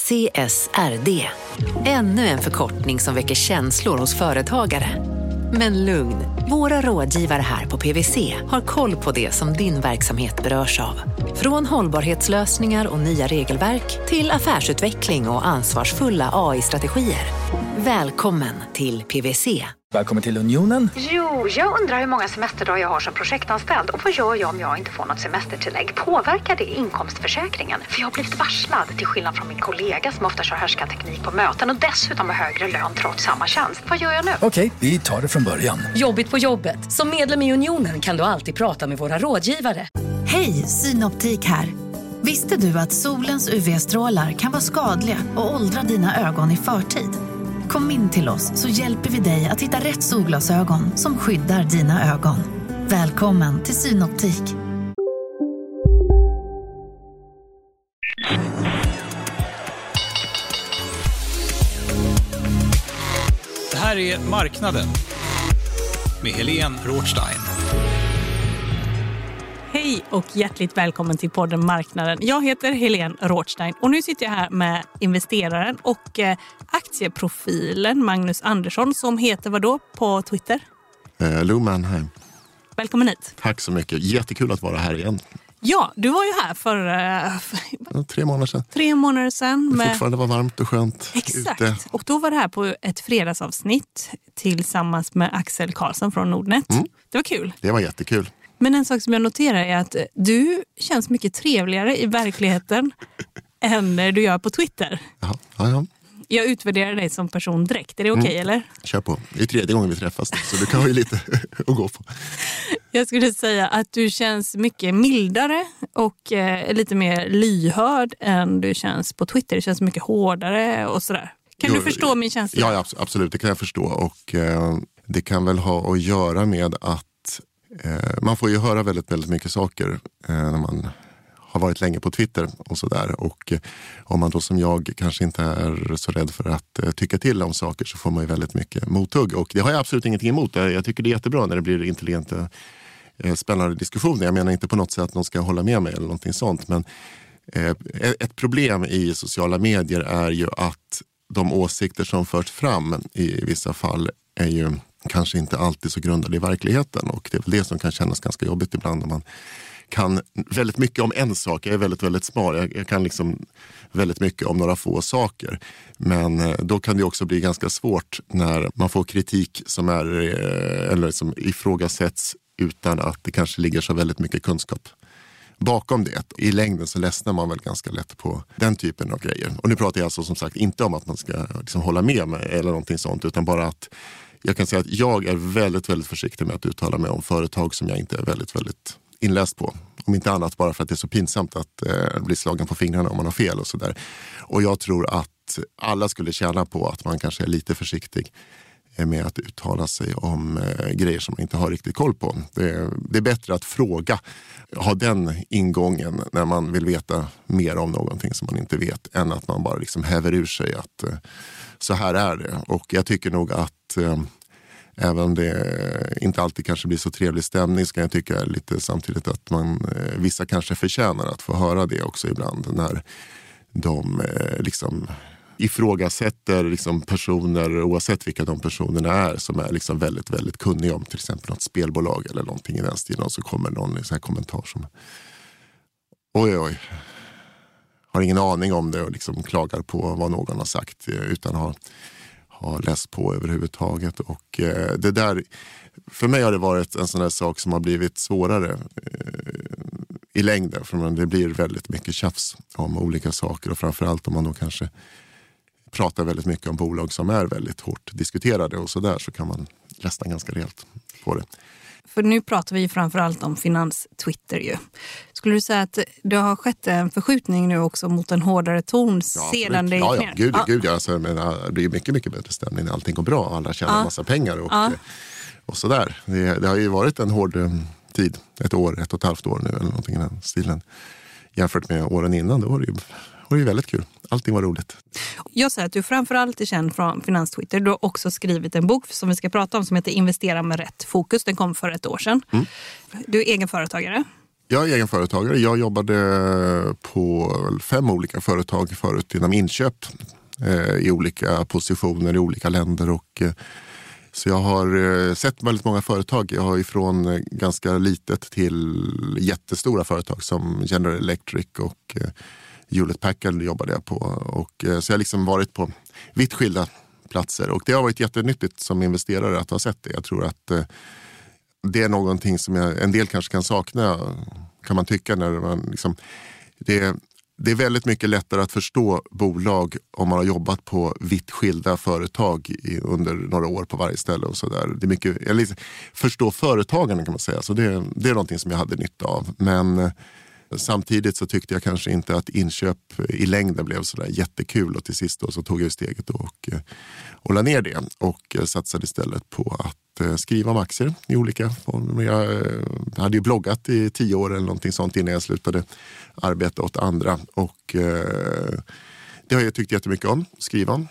CSRD. Ännu en förkortning som väcker känslor hos företagare. Men lugn, våra rådgivare här på PwC har koll på det som din verksamhet berörs av. Från hållbarhetslösningar och nya regelverk till affärsutveckling och ansvarsfulla AI-strategier. Välkommen till PwC. Välkommen till Unionen. Jo, jag undrar hur många semesterdagar jag har som projektanställd och vad gör jag om jag inte får något semestertillägg? Påverkar det inkomstförsäkringen? För jag har blivit varslad, till skillnad från min kollega som ofta kör härskarteknik på möten och dessutom har högre lön trots samma tjänst. Vad gör jag nu? Okej, vi tar det från början. Jobbigt på jobbet. Som medlem i Unionen kan du alltid prata med våra rådgivare. Hej, Synoptik här. Visste du att solens UV-strålar kan vara skadliga och åldra dina ögon i förtid? Kom in till oss så hjälper vi dig att hitta rätt solglasögon som skyddar dina ögon. Välkommen till Synoptik. Det här är Marknaden med Helene Rothstein. Hej och hjärtligt välkommen till podden Marknaden. Jag heter Helene Rothstein och nu sitter jag här med investeraren och aktieprofilen Magnus Andersson som heter vad då på Twitter? Lou Mannheim. Välkommen hit. Tack så mycket. Jättekul att vara här igen. Ja, du var ju här för 3 månader sedan. 3 månader sedan. Det fortfarande var varmt och skönt. Exakt. Ute. Och då var det här på ett fredagsavsnitt tillsammans med Axel Karlsson från Nordnet. Det var kul. Det var jättekul. Men en sak som jag noterar är att du känns mycket trevligare i verkligheten än du gör på Twitter. Ja. Jag utvärderar dig som person direkt. Är det okej, eller? Kör på. Det är 3:e gången vi träffas, så du kan ha ju lite att gå på. Jag skulle säga att du känns mycket mildare och lite mer lyhörd än du känns på Twitter. Det känns mycket hårdare och sådär. Kan du förstå min känsla? Ja, absolut. Det kan jag förstå. Och det kan väl ha att göra med att man får ju höra väldigt, väldigt mycket saker när man har varit länge på Twitter och sådär. Och om man då som jag kanske inte är så rädd för att tycka till om saker så får man ju väldigt mycket mothugg. Och det har jag absolut ingenting emot. Jag tycker det är jättebra när det blir intelligenta, spännande diskussioner. Jag menar inte på något sätt att någon ska hålla med mig eller någonting sånt. Men ett problem i sociala medier är ju att de åsikter som förs fram i vissa fall är ju kanske inte alltid så grundade i verkligheten. Och det är väl det som kan kännas ganska jobbigt ibland om man kan väldigt mycket om en sak. Jag är väldigt, väldigt smart. Jag kan liksom väldigt mycket om några få saker. Men då kan det också bli ganska svårt när man får kritik som är eller som ifrågasätts utan att det kanske ligger så väldigt mycket kunskap bakom det. I längden så ledsnar man väl ganska lätt på den typen av grejer. Och nu pratar jag alltså som sagt inte om att man ska liksom hålla med mig eller någonting sånt, utan bara att jag kan säga att jag är väldigt, väldigt försiktig med att uttala mig om företag som jag inte är väldigt, väldigt inläst på. Om inte annat bara för att det är så pinsamt att bli slagen på fingrarna om man har fel och sådär. Och jag tror att alla skulle tjäna på att man kanske är lite försiktig med att uttala sig om grejer som man inte har riktigt koll på. Det är bättre att fråga, ha den ingången när man vill veta mer om någonting som man inte vet, än att man bara liksom häver ur sig att så här är det. Och jag tycker nog att även om det inte alltid kanske blir så trevlig stämning, så kan jag tycka lite samtidigt att vissa kanske förtjänar att få höra det också ibland när de liksom ifrågasätter liksom personer, oavsett vilka de personerna är, som är liksom väldigt, väldigt kunniga om till exempel något spelbolag eller någonting i den stilen, och så kommer någon i så här kommentar som oj, har ingen aning om det och liksom klagar på vad någon har sagt utan har läst på överhuvudtaget. Och det där, för mig har det varit en sån här sak som har blivit svårare i längden, för det blir väldigt mycket tjafs om olika saker, och framförallt om man då kanske pratar väldigt mycket om bolag som är väldigt hårt diskuterade och sådär, så kan man ledsna ganska rejält på det. För nu pratar vi framförallt om finans-Twitter ju. Skulle du säga att det har skett en förskjutning nu också mot en hårdare ton sedan det gick ner? Gud, alltså, det blir mycket, mycket bättre stämning när allting går bra. Alla tjänar en massa pengar och sådär. Det har ju varit en hård tid, 1,5 år nu eller någonting i den stilen. Jämfört med åren innan, då var det ju väldigt kul. Allting var roligt. Jag säger att du framförallt är känd från Finans-Twitter. Du har också skrivit en bok som vi ska prata om som heter Investera med rätt fokus. Den kom för 1 år sedan. Du är egenföretagare. Jag är egenföretagare. Jag jobbade på 5 olika företag förut inom inköp i olika positioner i olika länder. Och, så jag har sett väldigt många företag. Jag har ifrån ganska litet till jättestora företag som General Electric och Hewlett Packard jobbade jag på. Och, så jag har liksom varit på vitt skilda platser. Och det har varit jättenyttigt som investerare att ha sett det. Jag tror att det är någonting som en del kanske kan sakna, kan man tycka. När man liksom, det är väldigt mycket lättare att förstå bolag om man har jobbat på vitt skilda företag under några år på varje ställe och sådär. Det är mycket, eller förstå företagen kan man säga. Så det är någonting som jag hade nytta av. Men samtidigt så tyckte jag kanske inte att inköp i längden blev sådär jättekul, och till sist då så tog jag steget och la ner det och satsade istället på att skriva om aktier i olika former. Jag hade ju bloggat i 10 år eller någonting sånt innan jag slutade arbeta åt andra, och det har jag tyckt jättemycket om, skriva om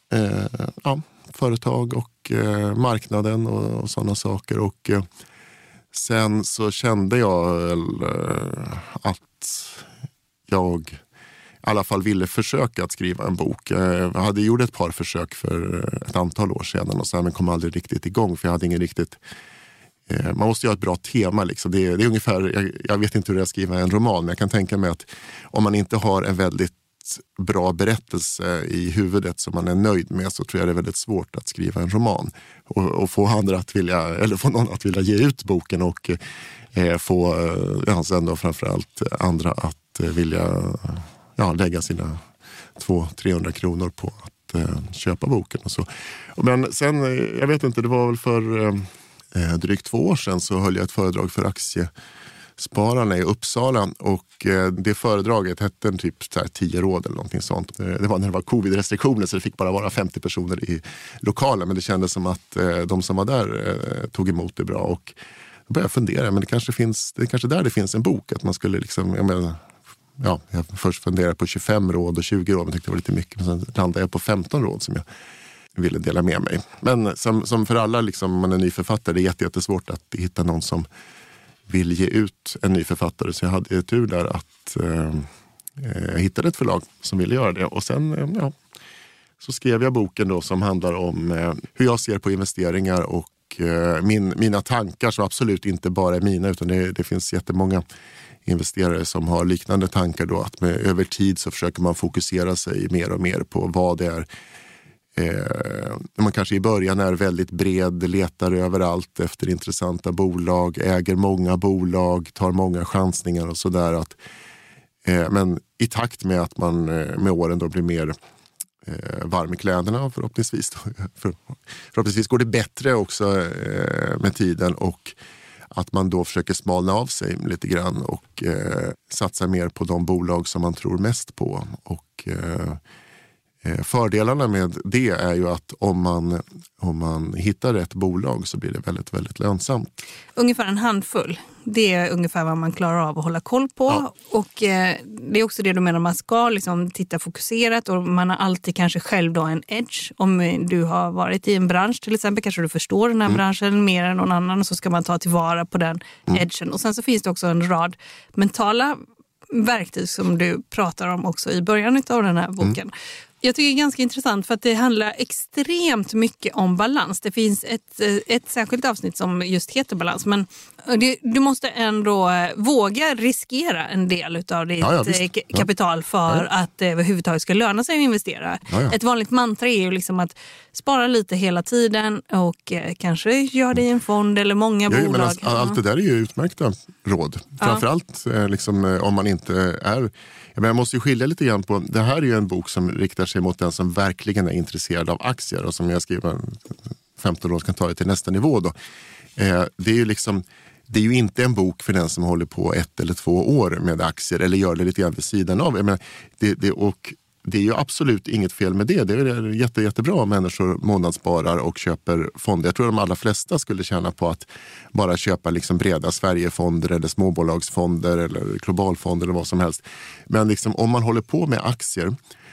företag och marknaden och sådana saker. Och sen så kände jag att jag i alla fall ville försöka att skriva en bok. Jag hade gjort ett par försök för ett antal år sedan och sen kom aldrig riktigt igång, för jag hade ingen riktigt... Man måste ju ha ett bra tema liksom. Det är ungefär, jag vet inte hur jag skriver en roman, men jag kan tänka mig att om man inte har en väldigt bra berättelse i huvudet som man är nöjd med, så tror jag det är väldigt svårt att skriva en roman och få andra att vilja, eller få någon att vilja ge ut boken, och få sen då framförallt andra att vilja lägga sina 200-300 kronor på att köpa boken och så. Men sen, jag vet inte, det var väl för drygt 2 år sedan så höll jag ett föredrag för Aktiespararna i Uppsala, och det föredraget hette typ 10 råd eller någonting sånt. Det var när det var covid-restriktioner, så det fick bara vara 50 personer i lokalen, men det kändes som att de som var där tog emot det bra, och jag började fundera, men det är kanske där det finns en bok, att man skulle liksom, jag först funderade på 25 råd och 20 råd, men tyckte det var lite mycket, men sen landade jag på 15 råd som jag ville dela med mig. Men som för alla, liksom, man är ny författare, det är jättesvårt att hitta någon som vill ge ut en ny författare, så jag hade tur där att jag hittade ett förlag som ville göra det, och sen så skrev jag boken då som handlar om hur jag ser på investeringar och mina tankar, som absolut inte bara är mina, utan det finns jättemånga investerare som har liknande tankar då, att över tid så försöker man fokusera sig mer och mer på vad det är. Man kanske i början är väldigt bred, letar överallt efter intressanta bolag, äger många bolag, tar många chansningar och sådär. Men i takt med att man med åren då blir mer varm i kläderna, förhoppningsvis går det bättre också med tiden, och att man då försöker smalna av sig lite grann och satsa mer på de bolag som man tror mest på. Och fördelarna med det är ju att om man hittar rätt bolag så blir det väldigt, väldigt lönsamt. Ungefär en handfull. Det är ungefär vad man klarar av att hålla koll på. Ja. Och det är också det du menar, man ska liksom titta fokuserat, och man har alltid kanske själv då en edge. Om du har varit i en bransch till exempel, kanske du förstår den här branschen mer än någon annan, och så ska man ta tillvara på den edgen. Och sen så finns det också en rad mentala verktyg som du pratar om också i början av den här boken. Jag tycker det är ganska intressant, för att det handlar extremt mycket om balans. Det finns ett särskilt avsnitt som just heter balans, men du måste ändå våga riskera en del av ditt kapital för att det överhuvudtaget ska löna sig att investera. Ett vanligt mantra är ju liksom att spara lite hela tiden och kanske göra det i en fond eller många bolag. Men allt det där är ju utmärkta råd. Framförallt liksom, om man inte är... Jag måste ju skilja lite grann på... Det här är ju en bok som riktar sig mot den som verkligen är intresserad av aktier, och som jag skriver 15 år kan ta det till nästa nivå då. Det är ju liksom... Det är ju inte en bok för den som håller på 1 eller 2 år med aktier eller gör det lite grann vid sidan av. Jag menar, det är ju absolut inget fel med det. Det är jättebra om människor månadssparar och köper fonder. Jag tror de allra flesta skulle tjäna på att bara köpa liksom breda Sverigefonder eller småbolagsfonder eller globalfonder eller vad som helst. Men liksom, om man håller på med aktier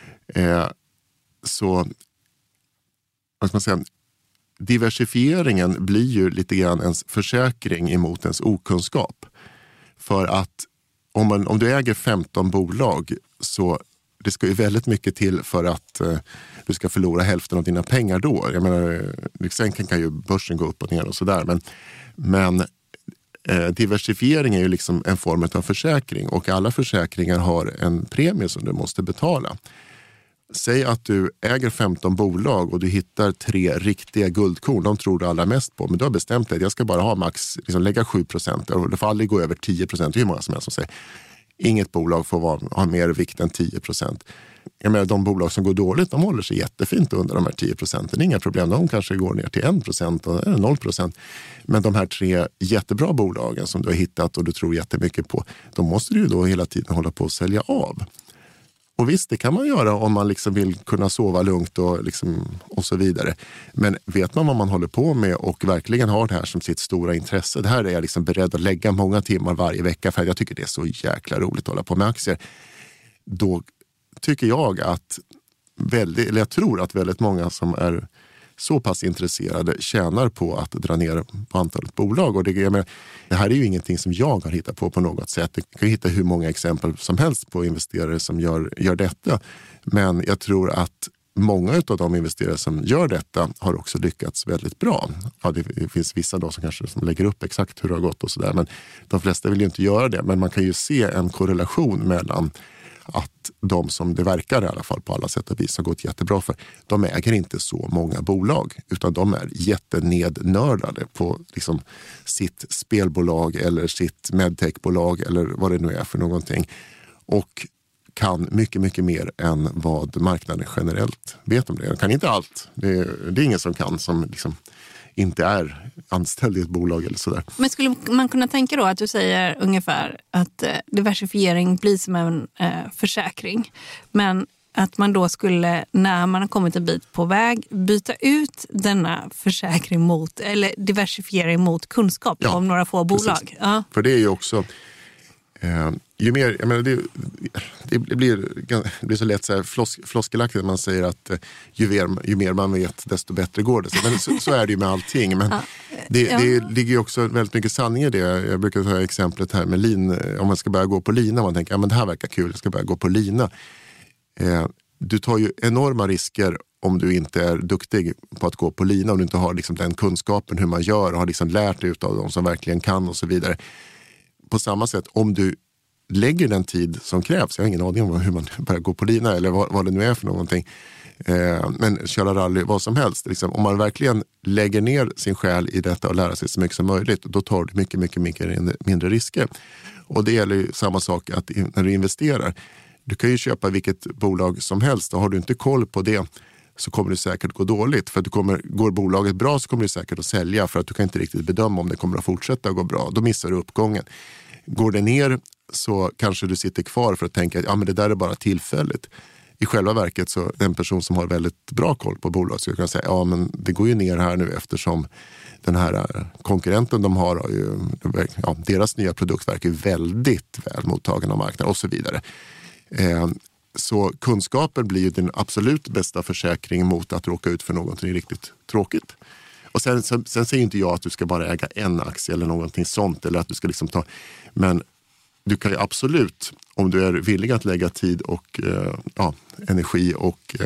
så, vad ska man säga, diversifieringen blir ju lite grann ens försäkring emot ens okunskap. För att om du äger 15 bolag så det ska ju väldigt mycket till för att du ska förlora hälften av dina pengar då. Jag menar, sen kan ju börsen gå upp och ner och sådär. Men diversifiering är ju liksom en form av försäkring och alla försäkringar har en premie som du måste betala. Säg att du äger 15 bolag och du hittar 3 riktiga guldkorn, de tror du allra mest på, men du har bestämt dig att jag ska bara ha max, liksom lägga 7% och det får aldrig gå över 10%, det är ju många som helst som säger. Inget bolag får ha mer vikt än 10%. Jag menar, de bolag som går dåligt, de håller sig jättefint under de här 10%. Det är inga problem, de kanske går ner till 1% eller 0%. Men de här 3 jättebra bolagen som du har hittat och du tror jättemycket på, de måste du ju då hela tiden hålla på att sälja av. Och visst, det kan man göra om man liksom vill kunna sova lugnt och så vidare. Men vet man vad man håller på med och verkligen har det här som sitt stora intresse. Det här är jag liksom beredd att lägga många timmar varje vecka för att jag tycker det är så jäkla roligt att hålla på med aktier. Då tycker jag att jag tror att väldigt många som är så pass intresserade tjänar på att dra ner på antalet bolag. Och det här är ju ingenting som jag har hittat på något sätt. Du kan hitta hur många exempel som helst på investerare som gör detta. Men jag tror att många av de investerare som gör detta har också lyckats väldigt bra. Ja, det finns vissa då som lägger upp exakt hur det har gått och sådär. Men de flesta vill ju inte göra det. Men man kan ju se en korrelation mellan att de som det verkar i alla fall på alla sätt och vis har gått jättebra för, de äger inte så många bolag utan de är jättenednördade på liksom sitt spelbolag eller sitt medtechbolag eller vad det nu är för någonting och kan mycket, mycket mer än vad marknaden generellt vet om det. De kan inte allt. Det är ingen som kan som liksom inte är anställd i ett bolag eller sådär. Men skulle man kunna tänka då att du säger ungefär att diversifiering blir som en försäkring, men att man då skulle, när man har kommit en bit på väg, byta ut denna försäkring mot, eller diversifiering mot kunskap om några få bolag. Ja. För det är ju också ju mer, jag menar, det blir så lätt så här floskelaktigt att man säger att ju mer man vet desto bättre går det. Men så är det ju med allting. Men det ligger ju också väldigt mycket sanning i det. Jag brukar ta exemplet här med lin. Om man ska börja gå på lina, man tänker men det här verkar kul, jag ska börja gå på lina. Du tar ju enorma risker om du inte är duktig på att gå på lina, om du inte har liksom den kunskapen hur man gör och har liksom lärt dig av de som verkligen kan och så vidare. På samma sätt, om du lägger den tid som krävs, jag har ingen aning om hur man börjar gå på lina eller vad det nu är för någonting, men köra rally, vad som helst. Liksom, om man verkligen lägger ner sin själ i detta och lära sig så mycket som möjligt, då tar du mycket, mycket, mycket mindre risker. Och det gäller ju samma sak att när du investerar. Du kan ju köpa vilket bolag som helst och har du inte koll på det så kommer det säkert gå dåligt. För att går bolaget bra så kommer det säkert att sälja för att du kan inte riktigt bedöma om det kommer att fortsätta gå bra. Då missar du uppgången. Går det ner så kanske du sitter kvar för att tänka att men det där är bara tillfälligt. I själva verket så en person som har väldigt bra koll på bolag skulle kunna säga men det går ju ner här nu eftersom den här konkurrenten de har ju, deras nya produkt verkar väldigt väl mottagen av marknaden och så vidare. Så kunskapen blir ju den absolut bästa försäkring mot att råka ut för någonting riktigt tråkigt. Och sen säger inte jag att du ska bara äga en aktie eller någonting sånt eller att du ska liksom men du kan ju absolut, om du är villig att lägga tid och energi och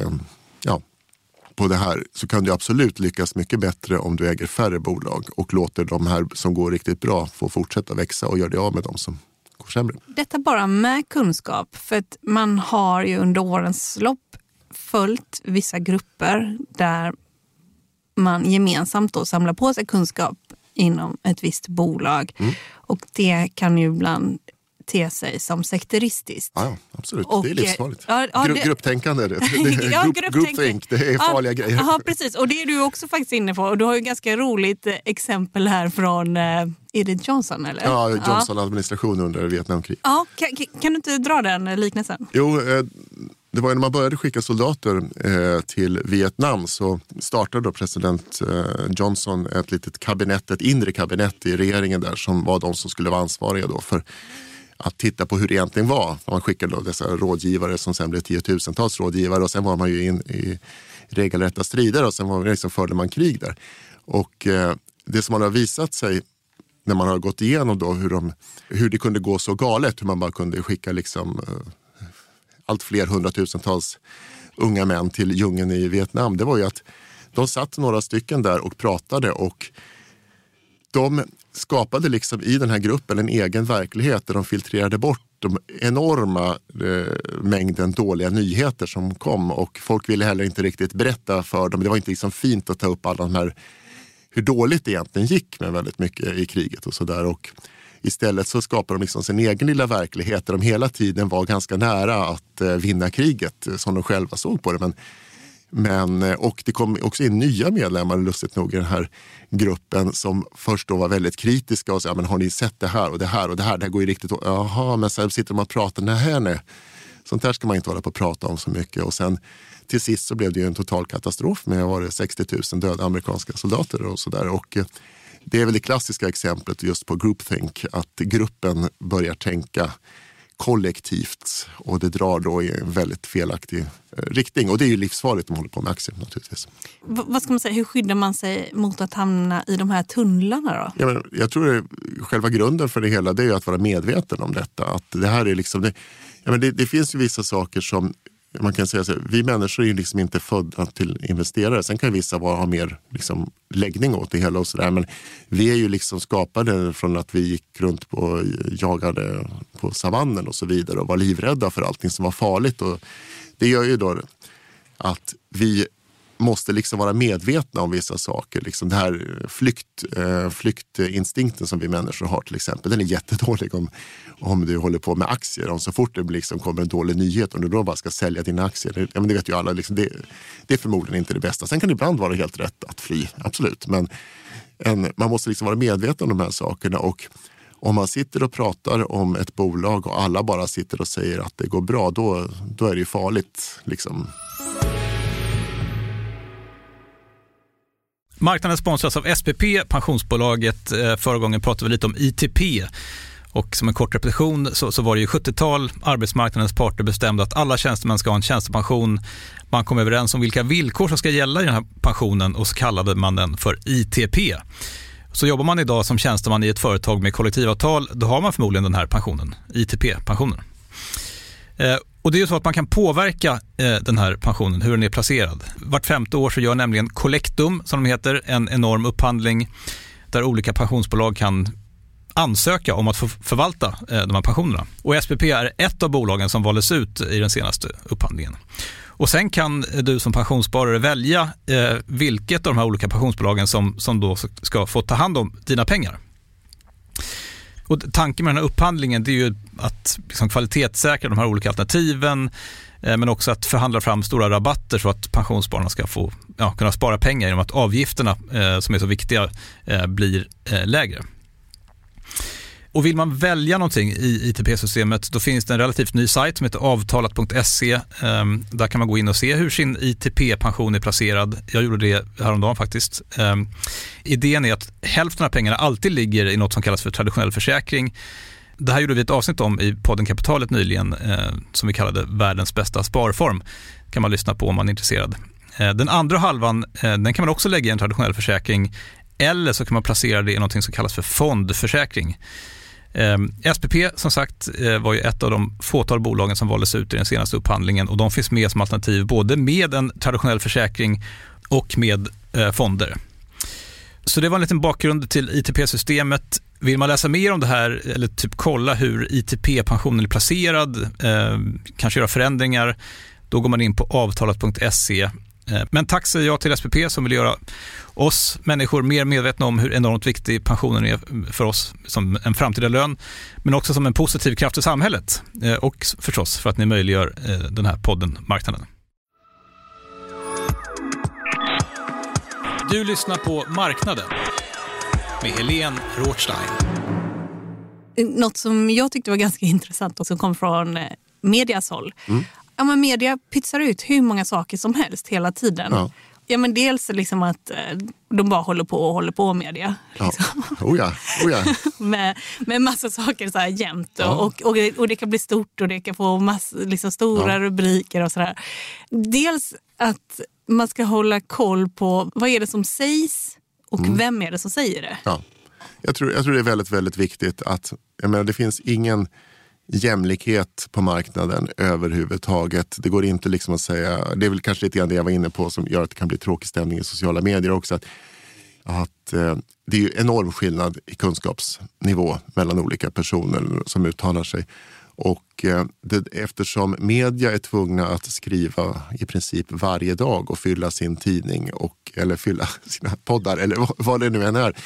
på det här, så kan du absolut lyckas mycket bättre om du äger färre bolag och låter de här som går riktigt bra få fortsätta växa och gör det av med dem som går sämre. Detta bara med kunskap, för att man har ju under årens lopp följt vissa grupper där man gemensamt då samlar på sig kunskap inom ett visst bolag. Och det kan ju ibland te sig som sekteristiskt. Ja, absolut. Och det är livsfarligt. Grupptänkande. Groupthink, det är farliga grejer. Ja, precis. Och det är du också faktiskt inne på. Och du har ju ganska roligt exempel här från, är det Johnson eller? Ja, Johnson-administration under Vietnamkrig. Ja, kan du inte dra den liknelsen? Jo, det var när man började skicka soldater till Vietnam så startade då president Johnson ett litet kabinett, ett inre kabinett i regeringen där som var de som skulle vara ansvariga då för att titta på hur det egentligen var. Man skickade då dessa rådgivare som sen blev 10-tusentals rådgivare och sen var man ju in i regelrätta strider och sen förde man krig där. Och det som man har visat sig när man har gått igenom då hur det kunde gå så galet, hur man bara kunde skicka liksom allt fler hundratusentals unga män till djungeln i Vietnam, det var ju att de satt några stycken där och pratade, och de skapade liksom i den här gruppen en egen verklighet där de filtrerade bort de enorma mängden dåliga nyheter som kom, och folk ville heller inte riktigt berätta för dem. Det var inte liksom fint att ta upp alla de här, hur dåligt det egentligen gick med väldigt mycket i kriget och sådär, och istället så skapade de liksom sin egen lilla verklighet där de hela tiden var ganska nära att vinna kriget som de själva såg på det. Och det kom också in nya medlemmar, lustigt nog, i den här gruppen som först då var väldigt kritiska och sa, men har ni sett det här och det här och det här? Det här går ju riktigt... Jaha, men sen sitter de och pratar, nej. Sånt här ska man inte hålla på att prata om så mycket. Och sen till sist så blev det ju en total katastrof med 60 000 döda amerikanska soldater och sådär. Och det är väl det klassiska exemplet just på groupthink, att gruppen börjar tänka kollektivt och det drar då i en väldigt felaktig riktning. Och det är ju livsfarligt om man håller på med aktier naturligtvis. Vad ska man säga, hur skyddar man sig mot att hamna i de här tunnlarna då? Ja, men jag tror att själva grunden för det hela, det är ju att vara medveten om detta. Att det här är liksom, det finns ju vissa saker som man kan säga så, vi människor är ju liksom inte födda till investerare. Sen kan vissa ha mer liksom läggning åt det hela och sådär. Men vi är ju liksom skapade från att vi gick runt och jagade på savannen och så vidare och var livrädda för allting som var farligt. Och det gör ju då att vi måste liksom vara medvetna om vissa saker. Liksom det här flyktinstinkten som vi människor har till exempel, den är jättedålig om du håller på med aktier. Om så fort det liksom kommer en dålig nyhet och du då bara ska sälja dina aktier. Ja, men det vet ju alla, liksom, det är förmodligen inte det bästa. Sen kan det ibland vara helt rätt att fly, absolut. Men man måste liksom vara medveten om de här sakerna, och om man sitter och pratar om ett bolag och alla bara sitter och säger att det går bra, då är det ju farligt liksom. Marknaden sponsras av SPP, pensionsbolaget. Förra gången pratade vi lite om ITP. Och som en kort repetition så var det ju 70-tal. Arbetsmarknadens parter bestämde att alla tjänstemän ska ha en tjänstepension. Man kom överens om vilka villkor som ska gälla i den här pensionen, och så kallade man den för ITP. Så jobbar man idag som tjänsteman i ett företag med kollektivavtal, då har man förmodligen den här pensionen, ITP-pensionen. Och det är ju så att man kan påverka den här pensionen, hur den är placerad. Vart 5:e år så gör nämligen Collectum, som de heter, en enorm upphandling där olika pensionsbolag kan ansöka om att få förvalta de här pensionerna. Och SPP är ett av bolagen som valdes ut i den senaste upphandlingen. Och sen kan du som pensionssparare välja vilket av de här olika pensionsbolagen som då ska få ta hand om dina pengar. Och tanken med den här upphandlingen, det är ju att liksom kvalitetssäkra de här olika alternativen, men också att förhandla fram stora rabatter så att pensionsspararna ska få kunna spara pengar genom att avgifterna som är så viktiga blir lägre. Och vill man välja någonting i ITP-systemet, då finns det en relativt ny sajt som heter avtalat.se. Där kan man gå in och se hur sin ITP-pension är placerad. Jag gjorde det häromdagen faktiskt. Idén är att hälften av pengarna alltid ligger i något som kallas för traditionell försäkring. Det här gjorde vi ett avsnitt om i podden Kapitalet nyligen, som vi kallade världens bästa sparform. Kan man lyssna på om man är intresserad. Den andra halvan, den kan man också lägga i en traditionell försäkring, eller så kan man placera det i något som kallas för fondförsäkring. SPP som sagt var ju ett av de fåtal bolagen som valdes ut i den senaste upphandlingen, och de finns med som alternativ både med en traditionell försäkring och med fonder. Så det var en liten bakgrund till ITP-systemet. Vill man läsa mer om det här eller typ kolla hur ITP-pensionen är placerad, kanske göra förändringar, då går man in på avtalat.se. Men tack säger jag till SPP som vill göra oss människor mer medvetna om hur enormt viktig pensionen är för oss som en framtida lön, men också som en positiv kraft i samhället, och förstås för att ni möjliggör den här podden Marknaden. Du lyssnar på Marknaden med Helene Rothstein. Något som jag tyckte var ganska intressant och som kom från medias håll. Ja, men media pytsar ut hur många saker som helst hela tiden. Ja. Ja, men dels liksom att de bara håller på media. Liksom. Ja. Oh ja. med massa saker så här jämt. Ja. Och det kan bli stort och det kan få liksom stora rubriker och sådär. Dels att man ska hålla koll på vad är det som sägs och vem är det som säger det. Ja. Jag tror det är väldigt, väldigt viktigt att, jag menar, det finns ingen jämlikhet på marknaden överhuvudtaget. Det går inte liksom att säga, det är väl kanske lite grann det jag var inne på som gör att det kan bli tråkig stämning i sociala medier också, att det är ju enorm skillnad i kunskapsnivå mellan olika personer som uttalar sig. Och eftersom media är tvungna att skriva i princip varje dag och fylla sin tidning eller fylla sina poddar eller vad det nu än är,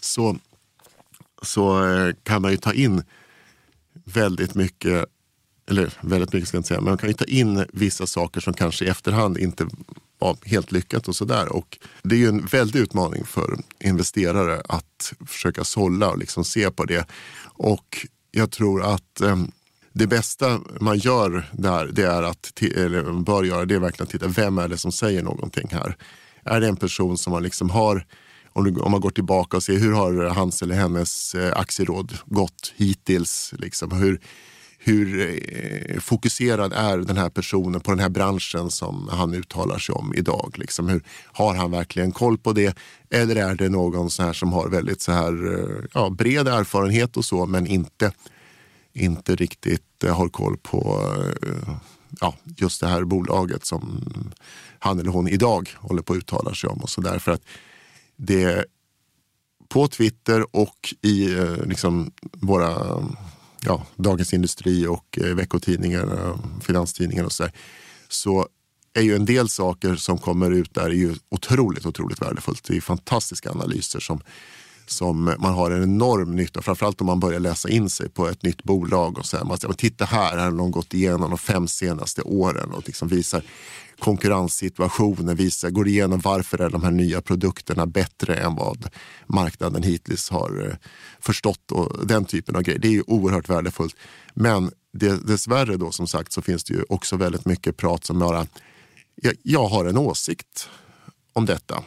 så kan man ju ta in väldigt mycket, eller väldigt mycket ska jag inte säga, men man kan ju ta in vissa saker som kanske i efterhand inte var helt lyckat och sådär. Och det är ju en väldig utmaning för investerare att försöka sålla och liksom se på det. Och jag tror att det bästa man gör där, det är att, eller bör göra, det är verkligen att titta, vem är det som säger någonting här? Är det en person som man liksom har, om man går tillbaka och ser hur har hans eller hennes aktieråd gått hittills, liksom, hur fokuserad är den här personen på den här branschen som han uttalar sig om idag? Liksom, hur har han verkligen koll på det? Eller är det någon så här som har väldigt så här, bred erfarenhet och så, men inte riktigt har koll på just det här bolaget som han eller hon idag håller på att uttala sig om och så där. För att det på Twitter och i liksom våra Dagens Industri och veckotidningar, finanstidningar och så är ju en del saker som kommer ut där är ju otroligt, otroligt värdefullt. Det är fantastiska analyser som man har en enorm nytta, framförallt om man börjar läsa in sig på ett nytt bolag och så här, man säger, titta här har de gått igenom de 5 senaste åren och liksom visar konkurrenssituationen, går igenom varför är de här nya produkterna bättre än vad marknaden hittills har förstått och den typen av grejer. Det är ju oerhört värdefullt. Men dessvärre då som sagt så finns det ju också väldigt mycket prat som bara, jag har en åsikt om detta.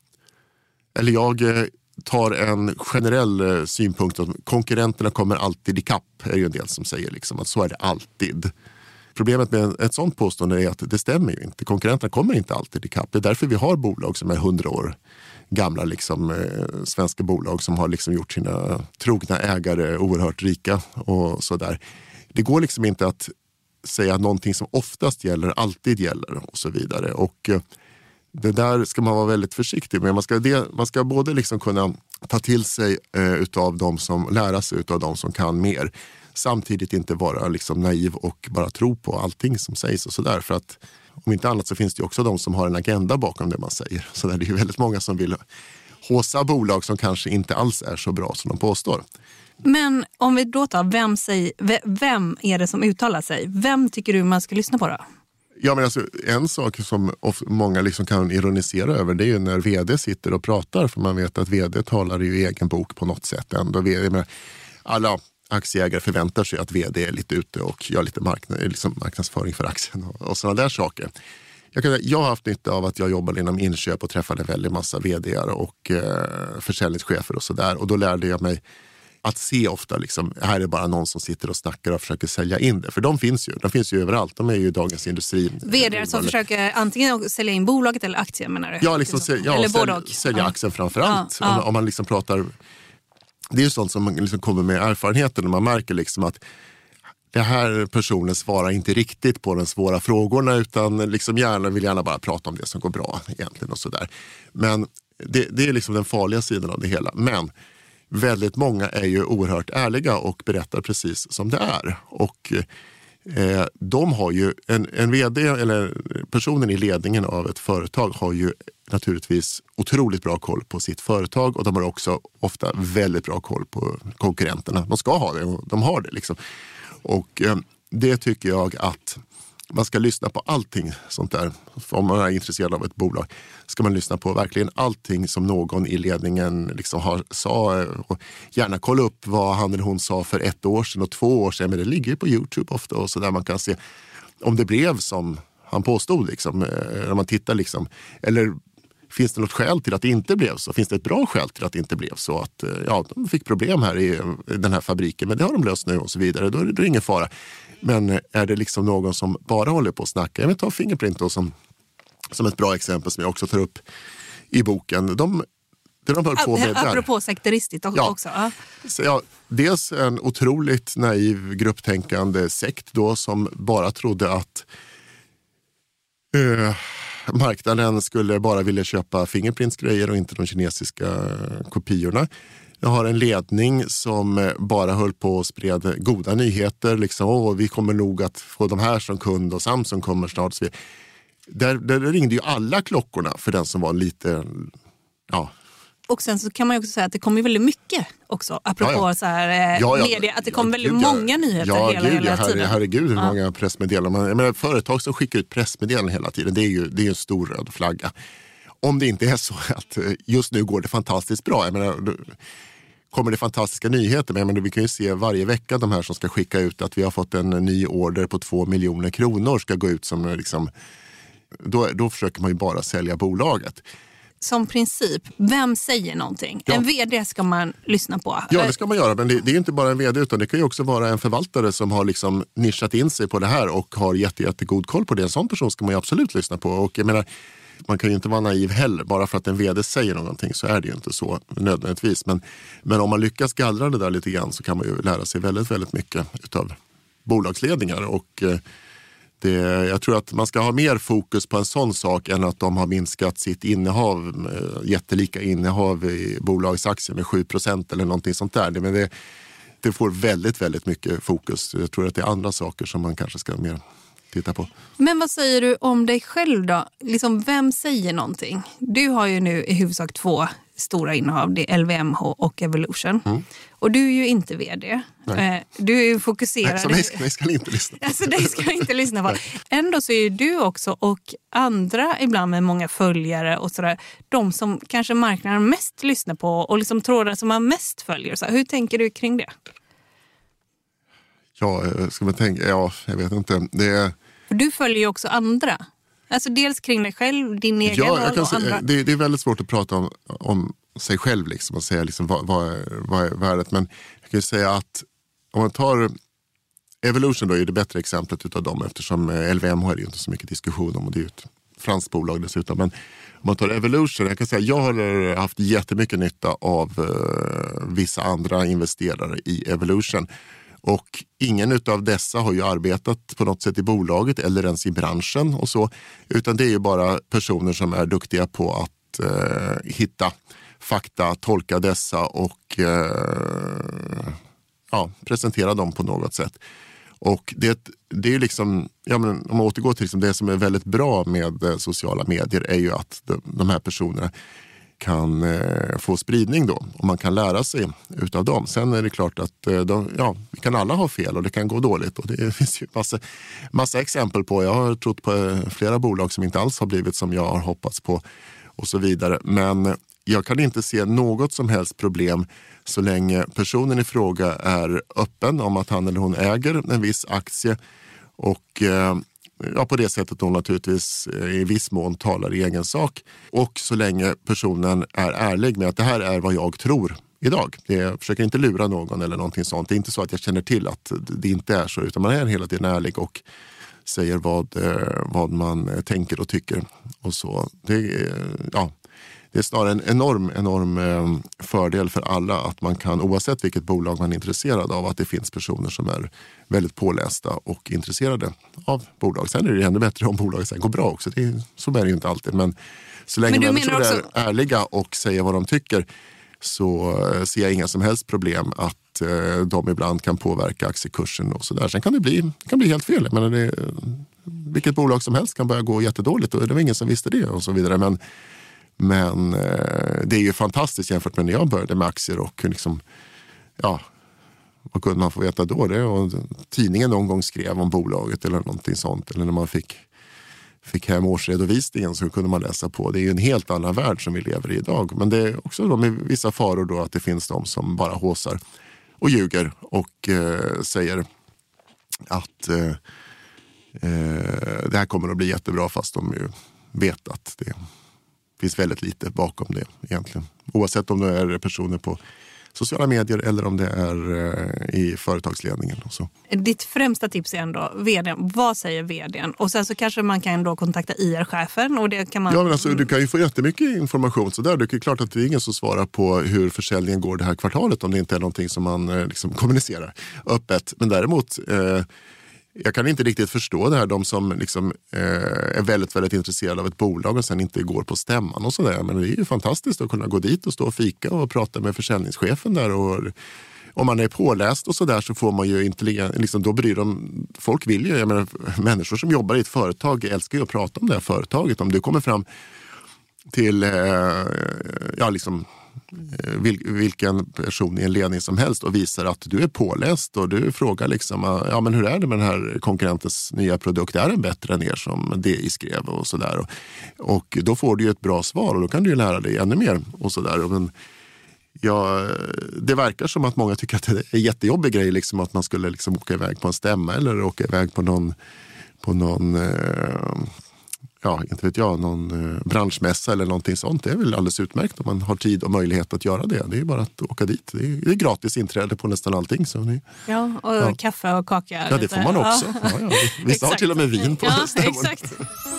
Eller jag tar en generell synpunkt att konkurrenterna kommer alltid i kapp, är ju en del som säger liksom att så är det alltid. Problemet med ett sånt påstående är att det stämmer ju inte. Konkurrenterna kommer inte alltid i kapp. Det är därför vi har bolag som är 100 år gamla, liksom, svenska bolag som har liksom gjort sina trogna ägare oerhört rika och sådär. Det går liksom inte att säga att någonting som oftast gäller alltid gäller och så vidare. Och det där ska man vara väldigt försiktig med. Man ska både liksom kunna ta till sig utav de som lära sig utav de som kan mer. Samtidigt inte vara liksom naiv och bara tro på allting som sägs och sådär. För att om inte annat så finns det ju också de som har en agenda bakom det man säger. Så det är ju väldigt många som vill håsa bolag som kanske inte alls är så bra som de påstår. Men om vi då tar, vem är det som uttalar sig? Vem tycker du man ska lyssna på då? Ja, men alltså, en sak som många liksom kan ironisera över, det är ju när vd sitter och pratar, för man vet att vd talar ju i egen bok på något sätt ändå. Alla aktieägare förväntar sig att vd är lite ute och gör lite marknadsföring för aktien och sådana där saker. Jag har haft nytta av att jag jobbade inom inköp och träffade en väldigt massa vd:ar och försäljningschefer och sådär. Och då lärde jag mig att se ofta, liksom, här är bara någon som sitter och snackar och försöker sälja in det. För de finns ju överallt. De är ju Dagens Industri. Vd som försöker antingen sälja in bolaget eller aktier, menar du? Ja, liksom, sälja aktien framförallt. Ja. Om man liksom pratar, det är ju sånt som man liksom kommer med erfarenheten. Och man märker liksom att det här personen svarar inte riktigt på de svåra frågorna, utan liksom vill gärna bara prata om det som går bra egentligen och sådär. Men det är liksom den farliga sidan av det hela. Men väldigt många är ju oerhört ärliga och berättar precis som det är. Och de har ju, en vd eller personen i ledningen av ett företag har ju naturligtvis otroligt bra koll på sitt företag, och de har också ofta väldigt bra koll på konkurrenterna. De ska ha det och de har det liksom. Och det tycker jag att man ska lyssna på allting sånt där. Om man är intresserad av ett bolag ska man lyssna på verkligen allting som någon i ledningen liksom sa, och gärna kolla upp vad han eller hon sa för 1 år sedan och 2 år sedan. Men det ligger ju på YouTube ofta, och så där man kan se om det blev som han påstod liksom, när man tittar liksom, eller finns det något skäl till att det inte blev så? Finns det ett bra skäl till att det inte blev så? Att de fick problem här i den här fabriken, men det har de löst nu och så vidare. Då är det ingen fara. Men är det liksom någon som bara håller på att snacka? Jag vill ta Fingerprint då, som ett bra exempel som jag också tar upp i boken. Det de höll på med där. Apropå sekteristiskt också. Ja. Så, ja, dels en otroligt naiv grupptänkande sekt då som bara trodde att marknaden skulle bara vilja köpa Fingerprints-grejer och inte de kinesiska kopiorna. Jag har en ledning som bara höll på och spred goda nyheter. Liksom, vi kommer nog att få de här som kund och Samsung kommer snart. Så där ringde ju alla klockorna för den som var lite... Ja. Och sen så kan man ju också säga att det kommer väldigt mycket också. Apropå så här media, att det kommer väldigt många nyheter hela tiden. Herregud, hur många pressmeddelanden. Jag menar, företag som skickar ut pressmeddelanden hela tiden, det är ju en stor röd flagga. Om det inte är så att just nu går det fantastiskt bra. Jag menar, kommer det fantastiska nyheter, men vi kan ju se varje vecka de här som ska skicka ut att vi har fått en ny order på 2 miljoner kronor ska gå ut som liksom, då försöker man ju bara sälja bolaget. Som princip, vem säger någonting? Ja. En vd ska man lyssna på. Ja, det ska man göra, men det är inte bara en vd utan det kan ju också vara en förvaltare som har liksom nischat in sig på det här och har jättegod koll på det. En sån person ska man ju absolut lyssna på. Och jag menar, man kan ju inte vara naiv heller. Bara för att en vd säger någonting så är det ju inte så nödvändigtvis. Men om man lyckas gallra det där lite grann så kan man ju lära sig väldigt, väldigt mycket utav bolagsledningar. Och jag tror att man ska ha mer fokus på en sån sak än att de har minskat sitt innehav, jättelika innehav i bolagsaktier med 7% eller någonting sånt där. Men det får väldigt, väldigt mycket fokus. Jag tror att det är andra saker som man kanske ska mer titta på. Men vad säger du om dig själv då? Liksom, vem säger någonting? Du har ju nu i huvudsak 2 stora innehav. Det är LVMH och Evolution. Och du är ju inte vd. Du är ju fokuserad. Så ni ska inte lyssna på. Alltså det ska jag inte lyssna på. Ändå så är ju du också och andra ibland med många följare och sådär. De som kanske marknaden mest lyssnar på och liksom trådar som man mest följer. Så hur tänker du kring det? Ja, ska man tänka? Ja, jag vet inte. Du följer ju också andra. Alltså dels kring dig själv, din egen roll och andra. Det är väldigt svårt att prata om sig själv liksom, och säga liksom, vad är värdet. Men jag kan ju säga att om man tar Evolution då är det bättre exemplet utav dem eftersom LVMH är det ju inte så mycket diskussion om och det är ju ett franskt bolag dessutom. Men om man tar Evolution, jag kan säga jag har haft jättemycket nytta av vissa andra investerare i Evolution. Och ingen utav dessa har ju arbetat på något sätt i bolaget eller ens i branschen och så. Utan det är ju bara personer som är duktiga på att hitta fakta, tolka dessa och presentera dem på något sätt. Och det är ju liksom, ja, men om man återgår till liksom det som är väldigt bra med sociala medier är ju att de här personerna kan få spridning då och man kan lära sig utav dem. Sen är det klart att vi kan alla ha fel och det kan gå dåligt och det finns ju massa exempel på. Jag har trott på flera bolag som inte alls har blivit som jag har hoppats på och så vidare. Men jag kan inte se något som helst problem så länge personen i fråga är öppen om att han eller hon äger en viss aktie och på det sättet hon naturligtvis i viss mån talar i egen sak. Och så länge personen är ärlig med att det här är vad jag tror idag. Jag försöker inte lura någon eller någonting sånt. Det är inte så att jag känner till att det inte är så utan man är hela tiden ärlig och säger vad man tänker och tycker. Och så. Det är snarare en enorm fördel för alla att man kan, oavsett vilket bolag man är intresserad av, att det finns personer som är väldigt pålästa och intresserade av bolag. Sen är det ännu bättre om bolaget sen går bra också. Så är det ju inte alltid. Men så länge människor är ärliga och säger vad de tycker så ser jag inga som helst problem att de ibland kan påverka aktiekursen och sådär. Sen kan det bli helt fel. Men vilket bolag som helst kan börja gå jättedåligt och det var ingen som visste det och så vidare. Men det är ju fantastiskt jämfört med när jag började med aktier och liksom, vad kunde man få veta då? Och tidningen någon gång skrev om bolaget eller någonting sånt. Eller när man fick hem årsredovisningen så kunde man läsa på. Det är ju en helt annan värld som vi lever i idag. Men det är också då med vissa faror då att det finns de som bara håsar och ljuger och säger att det här kommer att bli jättebra fast de ju vet att det finns väldigt lite bakom det egentligen. Oavsett om det är personer på sociala medier eller om det är i företagsledningen. Och så. Ditt främsta tips är ändå vdn. Vad säger vdn? Och sen så kanske man kan då kontakta IR-chefen. Och det kan man... Ja, men alltså, du kan ju få jättemycket information. Så där. Det är klart att det är ingen som svarar på hur försäljningen går det här kvartalet om det inte är någonting som man liksom kommunicerar öppet. Men däremot... Jag kan inte riktigt förstå det här, de som liksom, är väldigt, väldigt intresserade av ett bolag och sen inte går på stämman och sådär. Men det är ju fantastiskt att kunna gå dit och stå och fika och prata med försäljningschefen där. Och om man är påläst och sådär så får man ju intelligent, liksom, då bryr de, folk vill ju, jag menar, människor som jobbar i ett företag älskar ju att prata om det här företaget. Om du kommer fram till, vilken person i en ledning som helst och visar att du är påläst och du frågar liksom, ja men hur är det med den här konkurrentens nya produkt, är den bättre än er som DI skrev och sådär. Och då får du ju ett bra svar och då kan du ju lära dig ännu mer och sådär. Men det verkar som att många tycker att det är en jättejobbig grej liksom, att man skulle liksom åka iväg på en stämma eller åka iväg på någon inte vet jag, någon branschmässa eller någonting sånt. Det är väl alldeles utmärkt om man har tid och möjlighet att göra det. Det är bara att åka dit. Det är gratis inträde på nästan allting. Så kaffe och kaka. Ja, det får man också. Ja. Vissa har till och med vin på stämmorna. Exakt.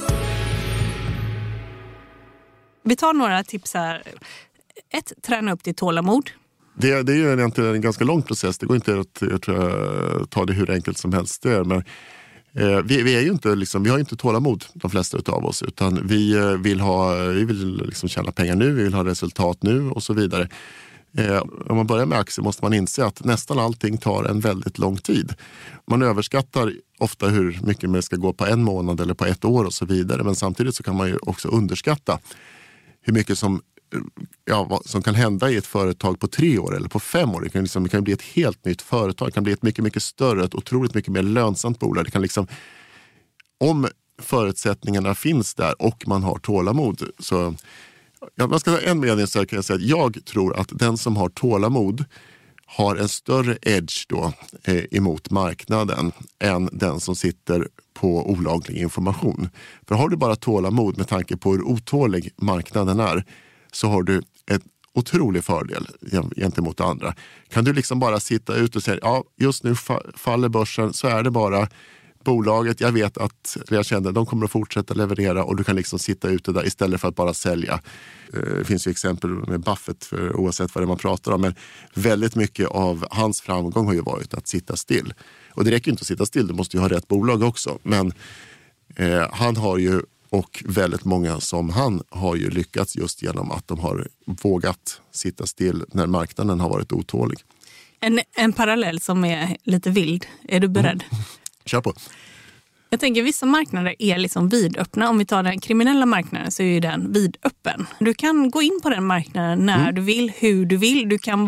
Vi tar några tips här. 1. Träna upp ditt tålamod. Det är ju egentligen en ganska lång process. Det går inte att ta det hur enkelt som helst det är. Men vi är ju inte vi har ju inte tålamod de flesta utav oss, utan vi vill liksom tjäna pengar nu, vi vill ha resultat nu och så vidare. Om man börjar med aktier måste man inse att nästan allting tar en väldigt lång tid. Man överskattar ofta hur mycket det ska gå på en månad eller på ett år och så vidare, men samtidigt så kan man ju också underskatta hur mycket som kan hända i ett företag på 3 år eller på 5 år. Det kan bli ett helt nytt företag. Det kan bli ett mycket, mycket större, ett otroligt mycket mer lönsamt bolag. Det kan om förutsättningarna finns där och man har tålamod. Så man ska ha en mening så kan jag säga att jag tror att den som har tålamod har en större edge då emot marknaden än den som sitter på olaglig information. För har du bara tålamod med tanke på hur otålig marknaden är, så har du en otrolig fördel gentemot andra. Kan du bara sitta ut och säga, ja just nu faller börsen, så är det bara bolaget, jag vet att jag känner de kommer att fortsätta leverera, och du kan sitta ute där istället för att bara sälja. Det finns ju exempel med Buffett, oavsett vad det man pratar om, men väldigt mycket av hans framgång har ju varit att sitta still. Och det räcker ju inte att sitta still, du måste ju ha rätt bolag också. Men han har ju, och väldigt många som han har ju lyckats just genom att de har vågat sitta still när marknaden har varit otålig. En parallell som är lite vild. Är du beredd? Kör på. Jag tänker vissa marknader är vidöppna. Om vi tar den kriminella marknaden så är ju den vidöppen. Du kan gå in på den marknaden när du vill, hur du vill. Du kan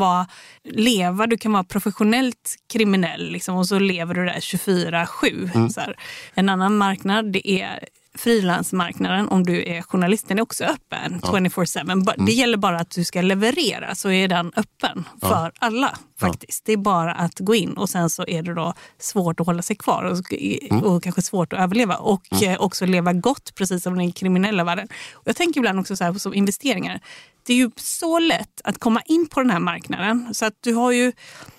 du kan vara professionellt kriminell och så lever du där 24/7. Så här. En annan marknad, det är frilansmarknaden. Om du är journalist, den är också öppen 24/7. Det gäller bara att du ska leverera, så är den öppen för alla faktiskt. Det är bara att gå in, och sen så är det då svårt att hålla sig kvar och kanske svårt att överleva och också leva gott, precis som den kriminella världen. Och jag tänker ibland också så här som investeringar. Det är ju så lätt att komma in på den här marknaden, så att du har ju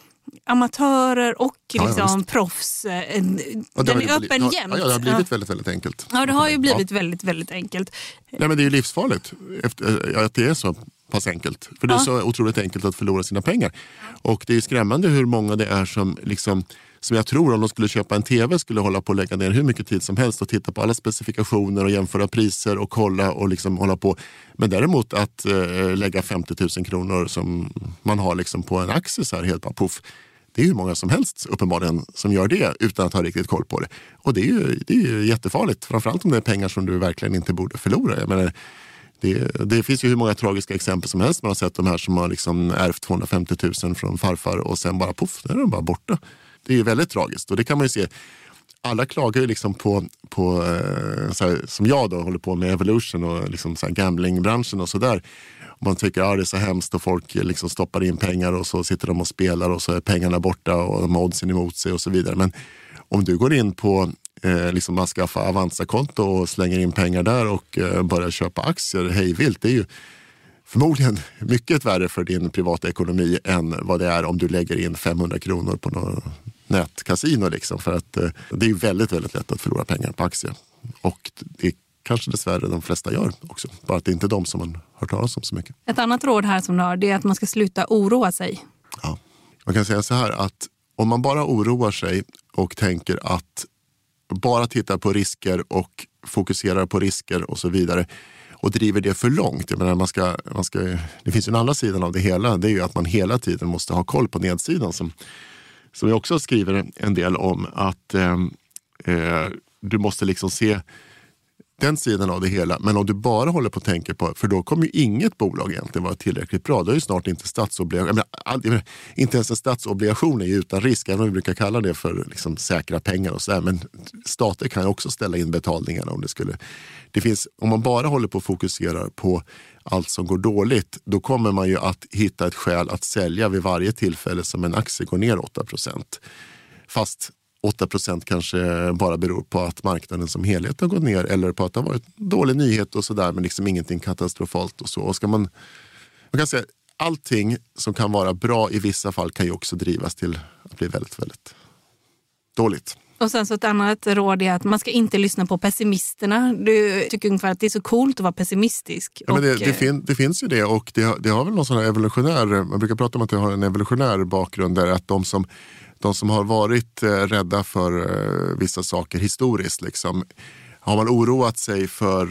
amatörer och proffs. Den är öppen jämt. Ja, det har blivit väldigt, väldigt enkelt. Ja, det har ju blivit väldigt, väldigt enkelt. Nej, men det är ju livsfarligt att det är så pass enkelt. För det är så otroligt enkelt att förlora sina pengar. Och det är skrämmande hur många det är som jag tror, om de skulle köpa en tv, skulle hålla på att lägga ner hur mycket tid som helst och titta på alla specifikationer och jämföra priser och kolla och hålla på. Men däremot att lägga 50 000 kronor som man har på en aktie så här helt bara puff. Det är ju många som helst uppenbarligen som gör det utan att ha riktigt koll på det. Och det är ju jättefarligt, framförallt om det är pengar som du verkligen inte borde förlora. Jag menar, det finns ju hur många tragiska exempel som helst. Man har sett de här som har ärvt 250 000 från farfar och sen bara puff, där är de bara borta. Det är ju väldigt tragiskt, och det kan man ju se. Alla klagar ju på så här, som jag då håller på med Evolution och så här gamblingbranschen och sådär. Man tycker det är så hemskt och folk stoppar in pengar och så sitter de och spelar och så är pengarna borta och de har oddsen emot sig och så vidare. Men om du går in på man skaffar Avanza-konto och slänger in pengar där och börjar köpa aktier hejvilt, det är ju förmodligen mycket värre för din privata ekonomi än vad det är om du lägger in 500 kronor på något nätkasino. Liksom, för att det är väldigt, väldigt lätt att förlora pengar på aktier. Och det är kanske dessvärre de flesta gör också. Bara att det inte är de som man hört talas om så mycket. Ett annat råd här som du har, det är att man ska sluta oroa sig. Ja, man kan säga så här att om man bara oroar sig och tänker att bara titta på risker och fokuserar på risker och så vidare och driver det för långt. Jag menar, det finns ju en andra sidan av det hela. Det är ju att man hela tiden måste ha koll på nedsidan som jag också skriver en del om. Att du måste liksom se den sidan av det hela. Men om du bara håller på att tänka på, för då kommer ju inget bolag egentligen vara tillräckligt bra. Då är ju snart inte inte ens en statsobligation är ju utan risk. Även om vi brukar kalla det för liksom säkra pengar och sådär. Men stater kan ju också ställa in betalningarna om det skulle. Om man bara håller på att fokusera på allt som går dåligt, då kommer man ju att hitta ett skäl att sälja vid varje tillfälle som en aktie går ner 8%. Fast 8% kanske bara beror på att marknaden som helhet har gått ner eller på att det har varit dålig nyhet och sådär, men liksom ingenting katastrofalt och så. Och ska man kan säga allting som kan vara bra i vissa fall kan ju också drivas till att bli väldigt, väldigt dåligt. Och sen så ett annat råd är att man ska inte lyssna på pessimisterna. Du tycker ungefär att det är så coolt att vara pessimistisk. Ja, men det finns ju det, och det har väl någon sån här evolutionär, man brukar prata om att det har en evolutionär bakgrund där, att de som har varit rädda för vissa saker historiskt, liksom, har man oroat sig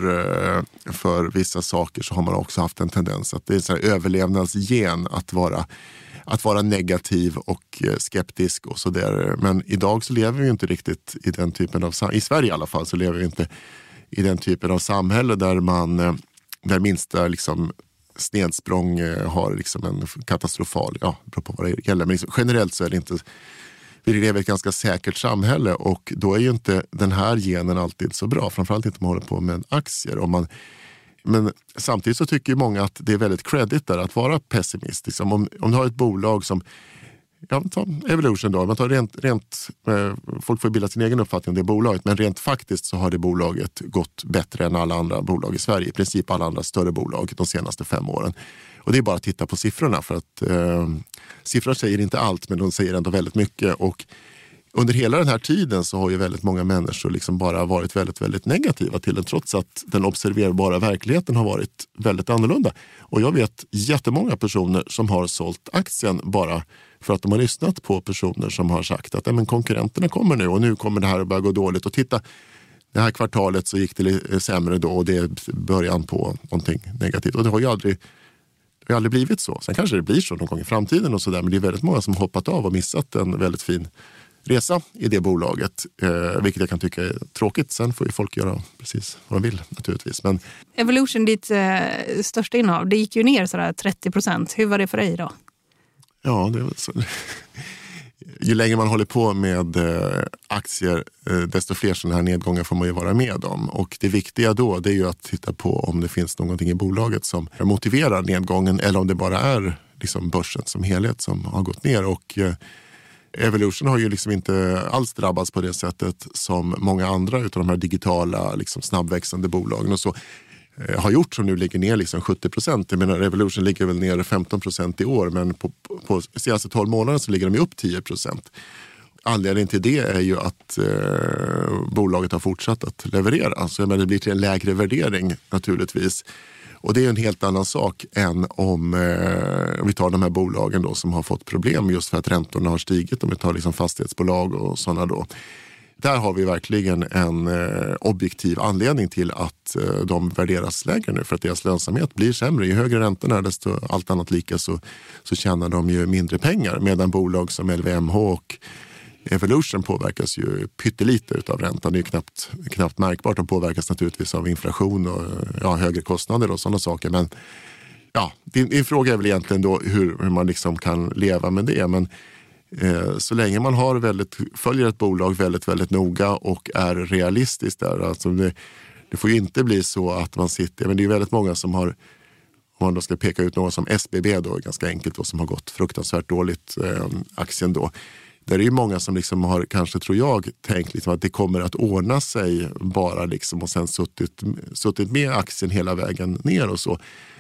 för vissa saker, så har man också haft en tendens att det är en sån här överlevnadsgen att vara negativ och skeptisk och så där. Men idag så lever vi inte riktigt i den typen av, i Sverige i alla fall, så lever vi inte i den typen av samhälle där minsta liksom snedsprång har liksom en katastrofal, beror på vad det gäller. Men liksom, generellt så är det inte, vi lever i ett ganska säkert samhälle, och då är ju inte den här genen alltid så bra. Framförallt inte om man håller på med aktier. Men samtidigt så tycker ju många att det är väldigt credit där att vara pessimist. Liksom om du har ett bolag som, ta Evolution då, man tar rent folk får bilda sin egen uppfattning om det bolaget, men rent faktiskt så har det bolaget gått bättre än alla andra bolag i Sverige. I princip alla andra större bolag de senaste 5 åren. Och det är bara att titta på siffrorna, för att siffror säger inte allt, men de säger ändå väldigt mycket. Och under hela den här tiden så har ju väldigt många människor liksom bara varit väldigt, väldigt negativa till den, trots att den observerbara verkligheten har varit väldigt annorlunda. Och jag vet jättemånga personer som har sålt aktien bara för att de har lyssnat på personer som har sagt att men konkurrenterna kommer nu och nu kommer det här att börja gå dåligt. Och titta, det här kvartalet så gick det sämre då, och det är början på någonting negativt. Och det har ju aldrig blivit så. Sen kanske det blir så någon gång i framtiden och sådär, men det är väldigt många som har hoppat av och missat en väldigt fin resa i det bolaget, vilket jag kan tycka är tråkigt. Sen får ju folk göra precis vad de vill naturligtvis. Men Evolution, ditt största innehav, det gick ju ner sådär 30%. Hur var det för dig då? Ja, det var så. Ju längre man håller på med aktier, desto fler sådana här nedgångar får man ju vara med om. Och det viktiga då, det är ju att titta på om det finns någonting i bolaget som motiverar nedgången, eller om det bara är liksom börsen som helhet som har gått ner. Och Evolution har ju liksom inte alls drabbats på det sättet som många andra utav de här digitala liksom snabbväxande bolagen och så har gjort, som nu ligger ner liksom 70%. Jag menar, Evolution ligger väl ner 15% i år, men på senaste 12 månader så ligger de ju upp 10%. Anledningen till det är ju att bolaget har fortsatt att leverera. Så det blir till en lägre värdering naturligtvis. Och det är en helt annan sak än om vi tar de här bolagen då som har fått problem just för att räntorna har stigit. Om vi tar liksom fastighetsbolag och sådana då. Där har vi verkligen en objektiv anledning till att de värderas lägre nu, för att deras lönsamhet blir sämre. Ju högre räntorna, desto allt annat lika så tjänar de ju mindre pengar. Medan bolag som LVMH och Evolution påverkas ju pyttelite utav räntan. Det är ju knappt märkbart. De påverkas naturligtvis av inflation och högre kostnader och sådana saker. Men din fråga är väl egentligen då hur man liksom kan leva med det. Men så länge man följer ett bolag väldigt, väldigt noga och är realistisk där. Alltså det får ju inte bli så att man sitter, men det är väldigt många som har, om man då ska peka ut något som SBB då, ganska enkelt då, som har gått fruktansvärt dåligt aktien då. Där är ju många som liksom har, kanske tror jag, tänkt liksom att det kommer att ordna sig bara liksom, och sen suttit med aktien hela vägen ner och så.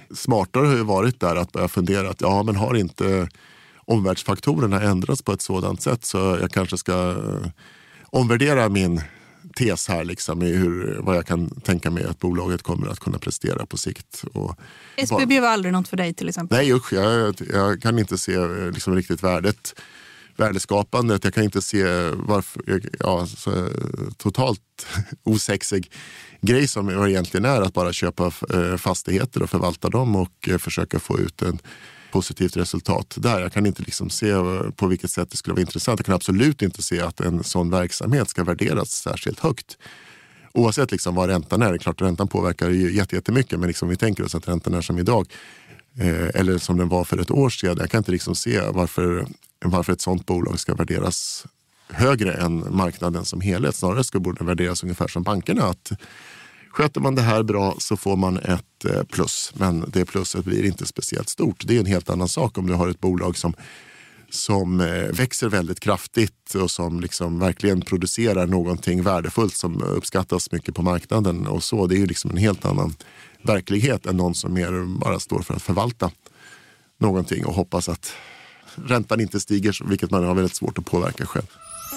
Smartare har ju varit där att börja fundera att men har inte omvärldsfaktorerna ändrats på ett sådant sätt så jag kanske ska omvärdera min tes här liksom i vad jag kan tänka mig att bolaget kommer att kunna prestera på sikt. SBB var aldrig något för dig till exempel? Nej usch, jag kan inte se liksom riktigt värdeskapandet. Jag kan inte se varför, så totalt osexig grej som det egentligen är att bara köpa fastigheter och förvalta dem och försöka få ut en positivt resultat där. Jag kan inte liksom se på vilket sätt det skulle vara intressant. Jag kan absolut inte se att en sån verksamhet ska värderas särskilt högt. Oavsett liksom vad räntan är. Det är klart att räntan påverkar ju jättemycket, men liksom vi tänker oss att räntan är som idag eller som den var för ett år sedan. Jag kan inte liksom se varför ett sånt bolag ska värderas högre än marknaden som helhet. Snarare ska borde värderas ungefär som bankerna, att sköter man det här bra så får man ett plus, men det plusset blir inte speciellt stort. Det är en helt annan sak om du har ett bolag som växer väldigt kraftigt och som liksom verkligen producerar någonting värdefullt som uppskattas mycket på marknaden och så. Det är ju liksom en helt annan verklighet än någon som mer bara står för att förvalta någonting och hoppas att räntan inte stiger, vilket man har väldigt svårt att påverka själv.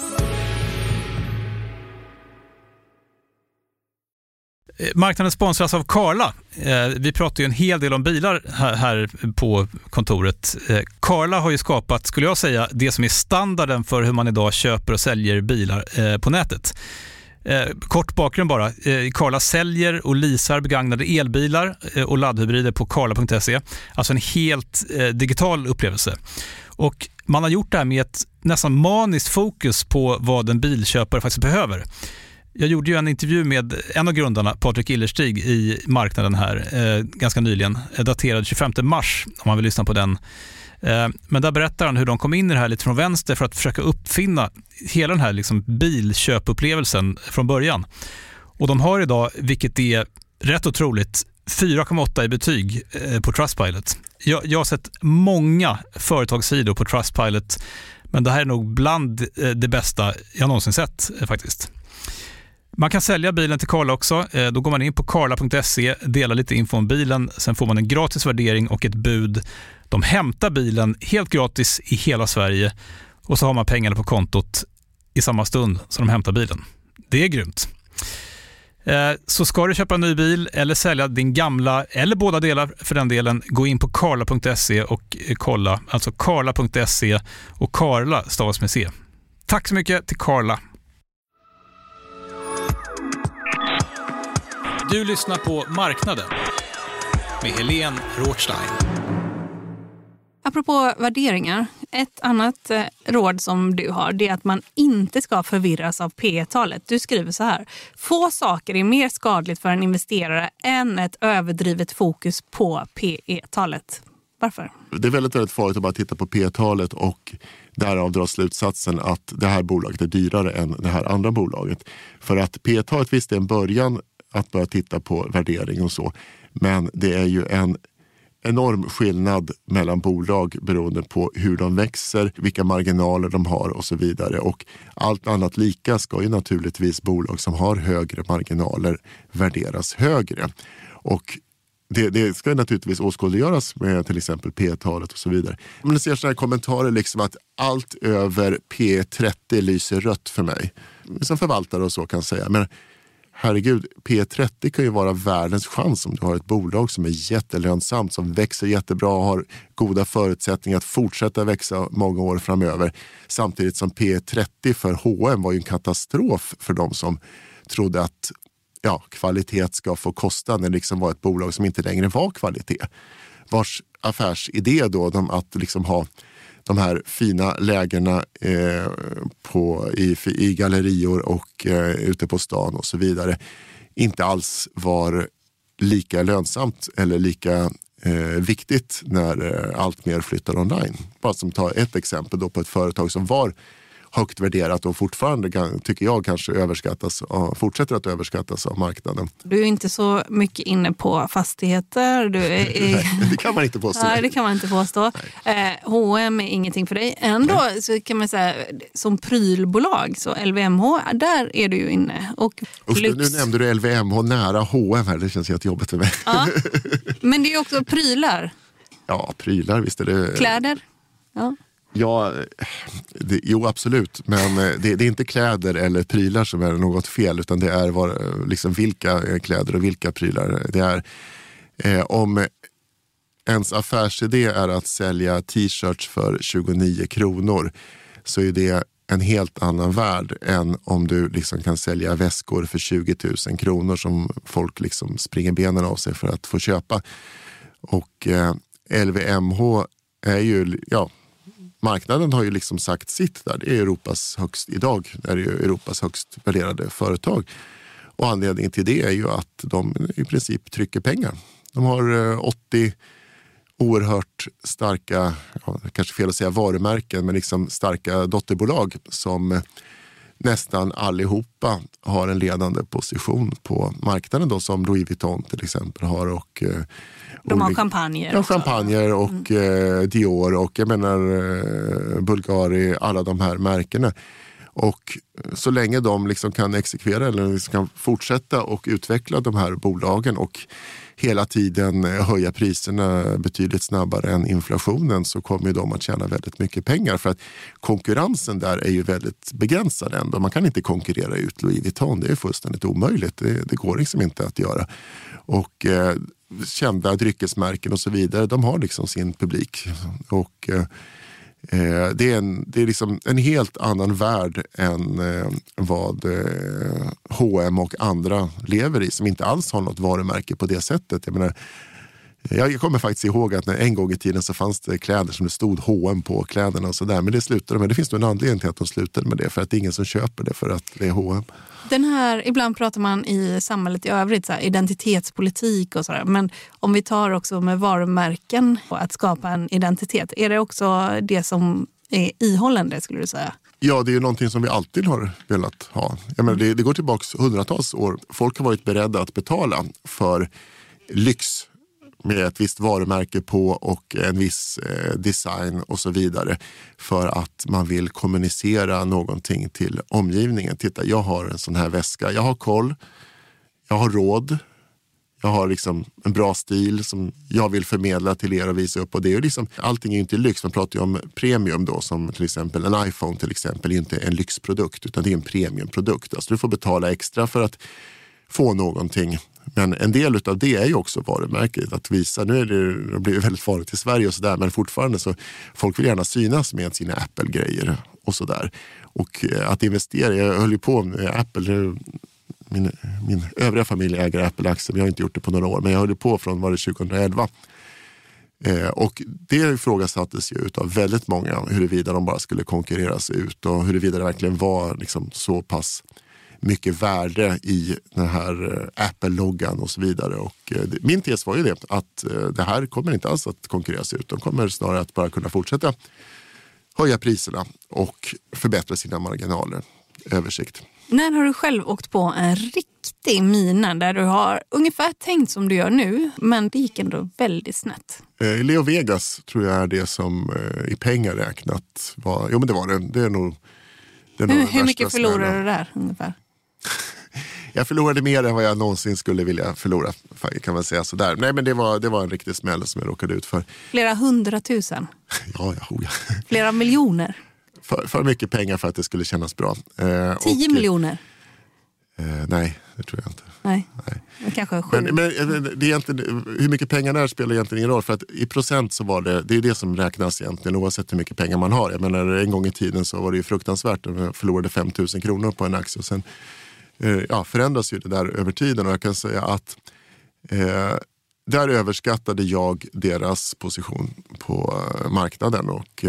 Marknaden sponsras av Carla. Vi pratar ju en hel del om bilar här på kontoret. Carla har ju skapat, skulle jag säga, det som är standarden för hur man idag köper och säljer bilar på nätet. Kort bakgrund bara. Carla säljer och leasar begagnade elbilar och laddhybrider på carla.se. Alltså en helt digital upplevelse. Och man har gjort det här med ett nästan maniskt fokus på vad en bilköpare faktiskt behöver. Jag gjorde ju en intervju med en av grundarna, Patrik Illerstig, i marknaden här ganska nyligen, daterad 25 mars om man vill lyssna på den. Men där berättar han hur de kom in i det här lite från vänster för att försöka uppfinna hela den här liksom bilköpupplevelsen från början. Och de har idag, vilket är rätt otroligt, 4,8 i betyg på Trustpilot. Jag har sett många företagssidor på Trustpilot, men det här är nog bland det bästa jag någonsin sett faktiskt. Man kan sälja bilen till Carla också. Då går man in på carla.se, delar lite info om bilen, sen får man en gratis värdering och ett bud. De hämtar bilen helt gratis i hela Sverige och så har man pengarna på kontot i samma stund som de hämtar bilen. Det är grymt. Så ska du köpa en ny bil eller sälja din gamla, eller båda delar för den delen, gå in på carla.se och kolla. Alltså carla.se, och Carla stavas med C. Tack så mycket till Carla. Du lyssnar på Marknaden med Helene Rothstein. Apropå värderingar, ett annat råd som du har, det är att man inte ska förvirras av P-talet. Du skriver så här: få saker är mer skadligt för en investerare än ett överdrivet fokus på P-talet. Varför? Det är väldigt, väldigt farligt att bara titta på P-talet och därav dra slutsatsen att det här bolaget är dyrare än det här andra bolaget. För att P-talet, visst är en början att börja titta på värdering och så, men det är ju en enorm skillnad mellan bolag beroende på hur de växer, vilka marginaler de har och så vidare. Och allt annat lika ska ju naturligtvis bolag som har högre marginaler värderas högre. Och det ska naturligtvis åskådliggöras med till exempel P-talet och så vidare. Men det ser sådana här kommentarer liksom att allt över P30 lyser rött för mig. Som förvaltare och så kan säga. Men herregud, P30 kan ju vara världens chans om du har ett bolag som är jättelönsamt, som växer jättebra och har goda förutsättningar att fortsätta växa många år framöver. Samtidigt som P30 för H&M var ju en katastrof för de som trodde att kvalitet ska få kosta, när det liksom var ett bolag som inte längre var kvalitet. Vars affärsidé då, att liksom ha de här fina lägena i gallerior och ute på stan och så vidare, inte alls var lika lönsamt eller lika viktigt när allt mer flyttar online. Bara som ta ett exempel då på ett företag som var högt värderat och fortfarande tycker jag kanske fortsätter att överskattas av marknaden. Du är inte så mycket inne på fastigheter. Nej, det kan man inte påstå. Nej, det kan man inte påstå. H&M är ingenting för dig. Ändå så kan man säga som prylbolag, så LVMH, där är du ju inne. Och nu nämnde du LVMH nära H&M här, det känns jättejobbigt för mig. Ja, men det är också prylar. Ja, prylar, visst är det. Kläder. Ja. Ja, jo absolut, men det är inte kläder eller prylar som är något fel, utan det är liksom vilka kläder och vilka prylar det är. Om ens affärsidé är att sälja t-shirts för 29 kronor så är det en helt annan värld än om du liksom kan sälja väskor för 20 000 kronor som folk liksom springer benen av sig för att få köpa. Och LVMH är ju, marknaden har ju liksom sagt sitt där. Det är Europas idag är det ju Europas högst värderade företag. Och anledningen till det är ju att de i princip trycker pengar. De har 80 oerhört starka, kanske fel att säga varumärken, men liksom starka dotterbolag som nästan allihopa har en ledande position på marknaden då, som Louis Vuitton till exempel har, och de har champagner. Ja, champagner och Dior och jag menar Bulgari, alla de här märkena. Och så länge de liksom kan exekvera eller liksom kan fortsätta och utveckla de här bolagen och hela tiden höja priserna betydligt snabbare än inflationen, så kommer de att tjäna väldigt mycket pengar, för att konkurrensen där är ju väldigt begränsad ändå. Man kan inte konkurrera ut Louis Vuitton, det är fullständigt omöjligt. Det går liksom inte att göra. Och kända dryckesmärken och så vidare, de har liksom sin publik. Och det är liksom en helt annan värld än vad H&M och andra lever i, som inte alls har något varumärke på det sättet. Jag kommer faktiskt ihåg att när en gång i tiden så fanns det kläder som det stod H&M på kläderna och sådär, men det slutade med. Det finns nog en anledning till att de slutade med det, för att det är ingen som köper det för att det är H&M. Den här, ibland pratar man i samhället i övrigt så här, identitetspolitik och sådär, men om vi tar också med varumärken och att skapa en identitet, är det också det som är ihållande, skulle du säga? Ja, det är ju någonting som vi alltid har velat ha. Jag menar, det går tillbaka hundratals år. Folk har varit beredda att betala för lyx med ett visst varumärke på och en viss design och så vidare, för att man vill kommunicera någonting till omgivningen. Titta, jag har en sån här väska, jag har koll, jag har råd, jag har liksom en bra stil som jag vill förmedla till er och visa upp. Och det är ju liksom, allting är ju inte lyx, man pratar ju om premium då, som till exempel en iPhone till exempel är inte en lyxprodukt, utan det är en premiumprodukt. Alltså du får betala extra för att få någonting. Men en del av det är ju också varumärket att visa. Nu är det blir väldigt farligt i Sverige och sådär, men fortfarande så folk vill gärna synas med sina Apple-grejer och sådär. Och att investera, jag höll ju på med Apple, min övriga familj äger Apple-aktier, jag har inte gjort det på några år, men jag höll på från 2011. Och det ifrågasattes ju utav väldigt många huruvida de bara skulle konkurreras ut och huruvida det verkligen var liksom så pass mycket värde i den här Apple-loggan och så vidare. Och min tes var ju det, att det här kommer inte alls att konkurreras ut. De kommer snarare att bara kunna fortsätta höja priserna och förbättra sina marginaler. Översikt. När har du själv åkt på en riktig mina där du har ungefär tänkt som du gör nu, men det gick ändå väldigt snett? Leo Vegas tror jag är det som i pengar räknat var, jo men det var det. Det är nog hur mycket förlorade du där ungefär? Jag förlorade mer än vad jag någonsin skulle vilja förlora, kan man säga sådär. Nej, men det var en riktig smäll som jag råkade ut för. Flera 100 000? Ja. Flera miljoner? För mycket pengar för att det skulle kännas bra. 10 miljoner? Nej, det tror jag inte. Nej. Det kanske är 7. Men det är egentligen, hur mycket pengar det är spelar egentligen ingen roll. För att i procent så var det är det som räknas egentligen, oavsett hur mycket pengar man har. Jag menar, en gång i tiden så var det ju fruktansvärt. Jag förlorade 5 000 kronor på en aktie och sen förändras ju det där över tiden. Och jag kan säga att där överskattade jag deras position på marknaden och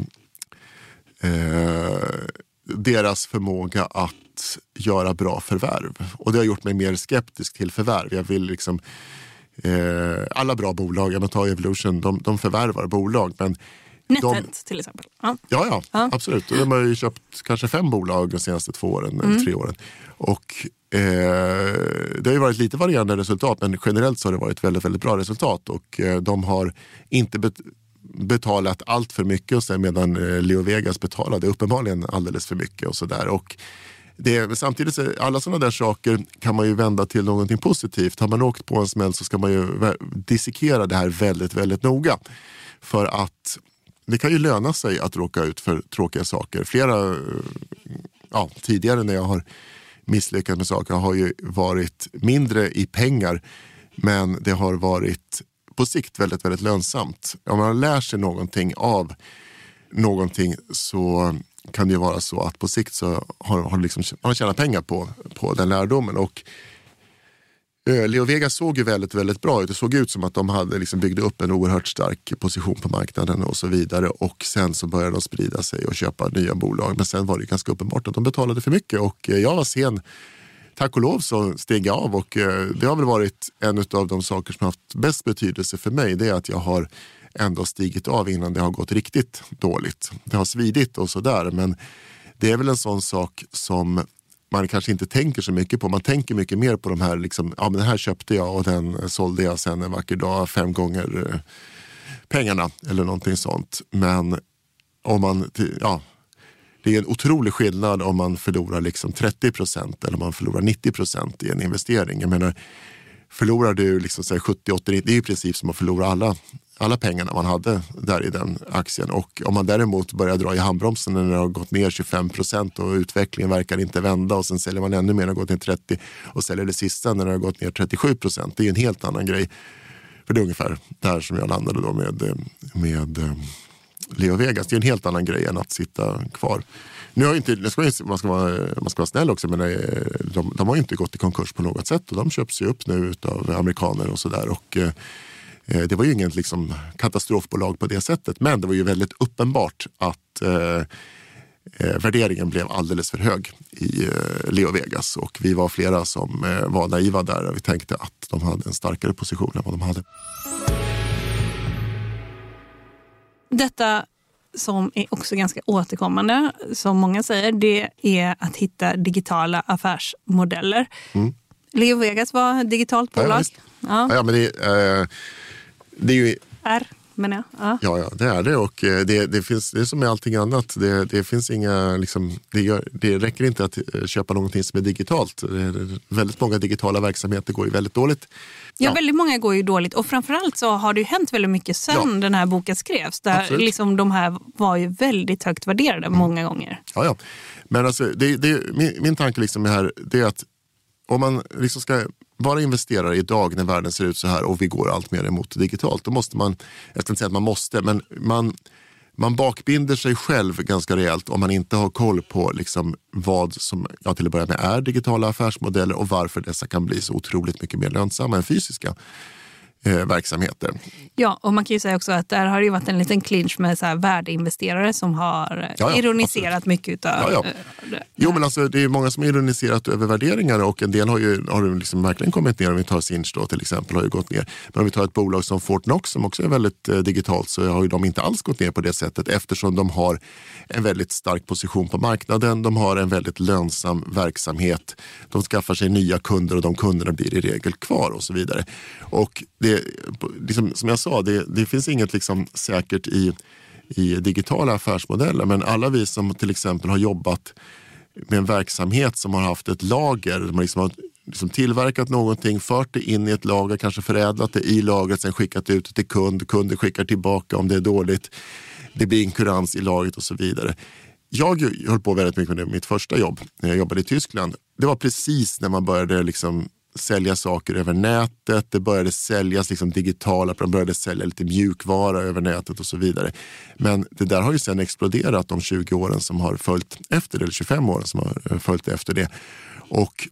deras förmåga att göra bra förvärv. Och det har gjort mig mer skeptisk till förvärv. Jag vill liksom alla bra bolag, jag tar Evolution, de förvärvar bolag, men NetEnt till exempel. Ja, absolut. De har ju köpt kanske 5 bolag de senaste 2 åren, eller 3 åren. Och det har ju varit lite varierande resultat, men generellt så har det varit väldigt, väldigt bra resultat. Och de har inte betalat allt för mycket, och sen medan LeoVegas betalade uppenbarligen alldeles för mycket och sådär. Och samtidigt så alla sådana där saker kan man ju vända till någonting positivt. Har man åkt på en smäll så ska man ju dissekera det här väldigt, väldigt noga. För att det kan ju löna sig att råka ut för tråkiga saker. Tidigare när jag har misslyckats med saker har ju varit mindre i pengar, men det har varit på sikt väldigt, väldigt lönsamt. Om man lär sig någonting av någonting så kan det ju vara så att på sikt så har man tjänat pengar på den lärdomen. Och LeoVegas såg ju väldigt, väldigt bra ut. Det såg ut som att de hade liksom byggde upp en oerhört stark position på marknaden och så vidare. Och sen så började de sprida sig och köpa nya bolag. Men sen var det ganska uppenbart att de betalade för mycket. Och jag var sen, tack och lov så steg jag av. Och det har väl varit en av de saker som har haft bäst betydelse för mig. Det är att jag har ändå stigit av innan det har gått riktigt dåligt. Det har svidit och sådär, men det är väl en sån sak som man kanske inte tänker så mycket på. Man tänker mycket mer på de här, liksom, men den här köpte jag och den sålde jag sen en vacker dag 5 gånger pengarna eller någonting sånt. Men om man, det är en otrolig skillnad om man förlorar liksom 30% eller om man förlorar 90% i en investering. Jag menar, förlorar du liksom 70-80, det är i princip som att förlora alla pengarna man hade där i den aktien. Och om man däremot börjar dra i handbromsen när det har gått ner 25% och utvecklingen verkar inte vända, och sen säljer man ännu mer och gått ner 30% och säljer det sista när det har gått ner 37%. Det är en helt annan grej. För det är ungefär där som jag landade då med LeoVegas. Det är en helt annan grej än att sitta kvar. Nu har inte, man ska vara snäll också, men de har ju inte gått i konkurs på något sätt, och de köps ju upp nu av amerikaner och sådär. Och det var ju inget liksom katastrofbolag på det sättet, men det var ju väldigt uppenbart att värderingen blev alldeles för hög i LeoVegas, och vi var flera som var naiva där, och vi tänkte att de hade en starkare position än vad de hade. Detta som är också ganska återkommande, som många säger, det är att hitta digitala affärsmodeller. LeoVegas var ett digitalt bolag. Ja, men det är ju... menar jag. Ja, det är det, och det finns, det är som med allting annat. Det finns inga, liksom, det räcker inte att köpa någonting som är digitalt. Väldigt många digitala verksamheter går ju väldigt dåligt. Ja, väldigt många går ju dåligt, och framförallt så har det ju hänt väldigt mycket sen den här boken skrevs. Där liksom de här var ju väldigt högt värderade många gånger. Ja. Men alltså, min tanke liksom här, det är att om man liksom ska bara investera idag när världen ser ut så här och vi går allt mer emot digitalt, då måste man, jag ska inte säga att man måste, men man bakbinder sig själv ganska rejält om man inte har koll på liksom vad som till att börja med är digitala affärsmodeller och varför dessa kan bli så otroligt mycket mer lönsamma än fysiska verksamheter. Ja, och man kan ju säga också att där har det ju varit en liten clinch med så här värdeinvesterare som har ironiserat mycket utav det. Jo, men alltså det är många som har ironiserat över värderingar, och en del har liksom verkligen kommit ner. Om vi tar Sinch då till exempel, har ju gått ner. Men om vi tar ett bolag som Fortnox som också är väldigt digitalt, så har ju de inte alls gått ner på det sättet, eftersom de har en väldigt stark position på marknaden. De har en väldigt lönsam verksamhet. De skaffar sig nya kunder och de kunderna blir i regel kvar och så vidare. Och det, liksom, som jag sa, det finns inget liksom säkert i digitala affärsmodeller, men alla vi som till exempel har jobbat med en verksamhet som har haft ett lager, man liksom har liksom tillverkat någonting, fört det in i ett lager, kanske förädlat det i lagret, sen skickat ut det till kunden skickar tillbaka om det är dåligt, det blir inkurans i lagret och så vidare. Jag höll på väldigt mycket med mitt första jobb när jag jobbade i Tyskland. Det var precis när man började liksom sälja saker över nätet, det började säljas liksom digitala, man började sälja lite mjukvara över nätet och så vidare. Men det där har ju sen exploderat de 20 åren som har följt efter det, eller 25 åren som har följt efter det. Och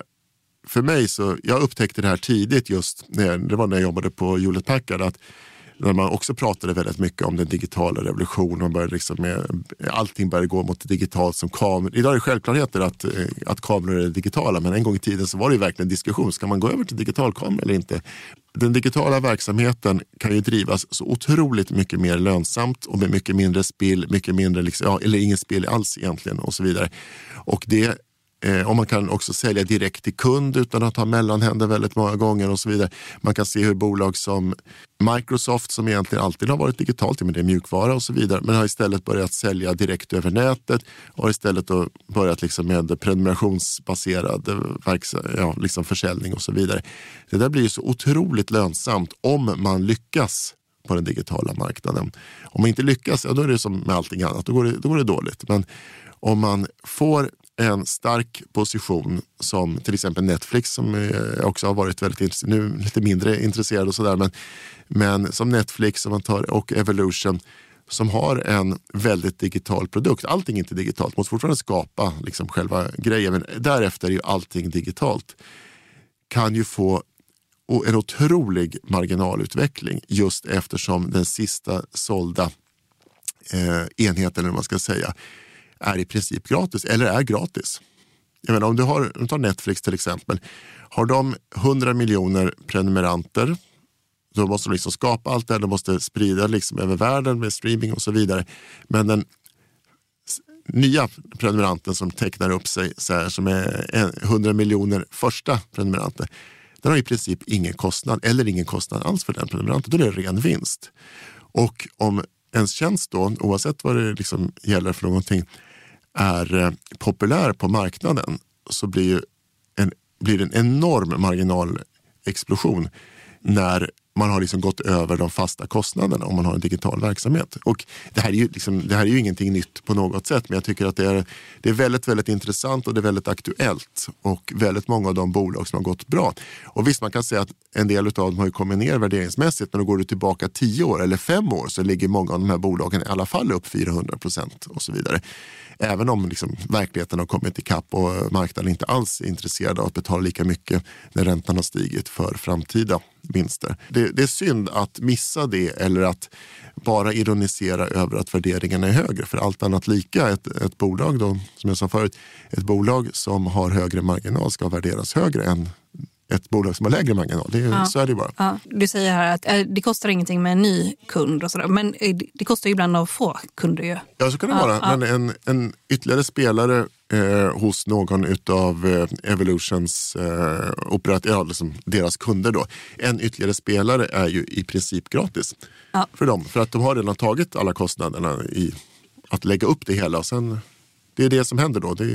för mig så, jag upptäckte det här tidigt just, det var när jag jobbade på Hewlett Packard, att när man också pratade väldigt mycket om den digitala revolutionen och började allting började gå mot digitalt som kameror. Idag är det självklarheter att kameror är digitala, men en gång i tiden så var det ju verkligen diskussion. Ska man gå över till digitalkamera eller inte? Den digitala verksamheten kan ju drivas så otroligt mycket mer lönsamt och med mycket mindre spill, mycket mindre eller ingen spill alls egentligen och så vidare. Och det och man kan också sälja direkt till kund utan att ha mellanhänder väldigt många gånger och så vidare. Man kan se hur bolag som Microsoft, som egentligen alltid har varit digitalt, men det är mjukvara och så vidare, men har istället börjat sälja direkt över nätet och har istället då börjat med prenumerationsbaserad försäljning och så vidare. Det där blir ju så otroligt lönsamt om man lyckas på den digitala marknaden. Om man inte lyckas, då är det som med allting annat, då går det dåligt. Men om man får en stark position som till exempel Netflix, som också har varit väldigt nu lite mindre intresserad och sådär, men som Netflix som man tar, och Evolution som har en väldigt digital produkt. Allting är inte digitalt, man måste fortfarande skapa själva grejen, men därefter är ju allting digitalt. Kan ju få en otrolig marginalutveckling just eftersom den sista sålda enheten, eller vad man ska säga, är i princip gratis eller är gratis. Jag menar, om du tar Netflix till exempel, har de 100 miljoner prenumeranter, då måste de skapa allt det här, de måste sprida över världen med streaming och så vidare. Men den nya prenumeranten som tecknar upp sig så här, som är 100 miljoner första prenumeranter, den har i princip ingen kostnad eller ingen kostnad alls för den prenumeranten. Då är det ren vinst. Och om ens tjänst då, oavsett vad det gäller för någonting, är populär på marknaden, så blir det en enorm marginalexplosion när man har gått över de fasta kostnaderna om man har en digital verksamhet. Och det här är ju ingenting nytt på något sätt, men jag tycker att det är väldigt, väldigt intressant och det är väldigt aktuellt och väldigt många av de bolag som har gått bra. Och visst, man kan säga att en del av dem har ju kommit ner värderingsmässigt, men då går du tillbaka 10 år eller 5 år så ligger många av de här bolagen i alla fall upp 400% och så vidare. Även om verkligheten har kommit ikapp och marknaden inte alls är intresserad av att betala lika mycket när räntan har stigit för framtida vinster. Det är synd att missa det eller att bara ironisera över att värderingarna är högre. För allt annat lika, ett bolag då, som jag sa förut, ett bolag som har högre marginal ska värderas högre än ett bolag som har lägre marginal. Så är det bara. Ja. Du säger här att det kostar ingenting med en ny kund och sådär, men det kostar ju ibland att få kunder ju. Ja, så kan det vara. Men en ytterligare spelare hos någon utav Evolutions deras kunder då. En ytterligare spelare är ju i princip gratis för dem. För att de har redan tagit alla kostnaderna i att lägga upp det hela. Och sen, det är det som händer då.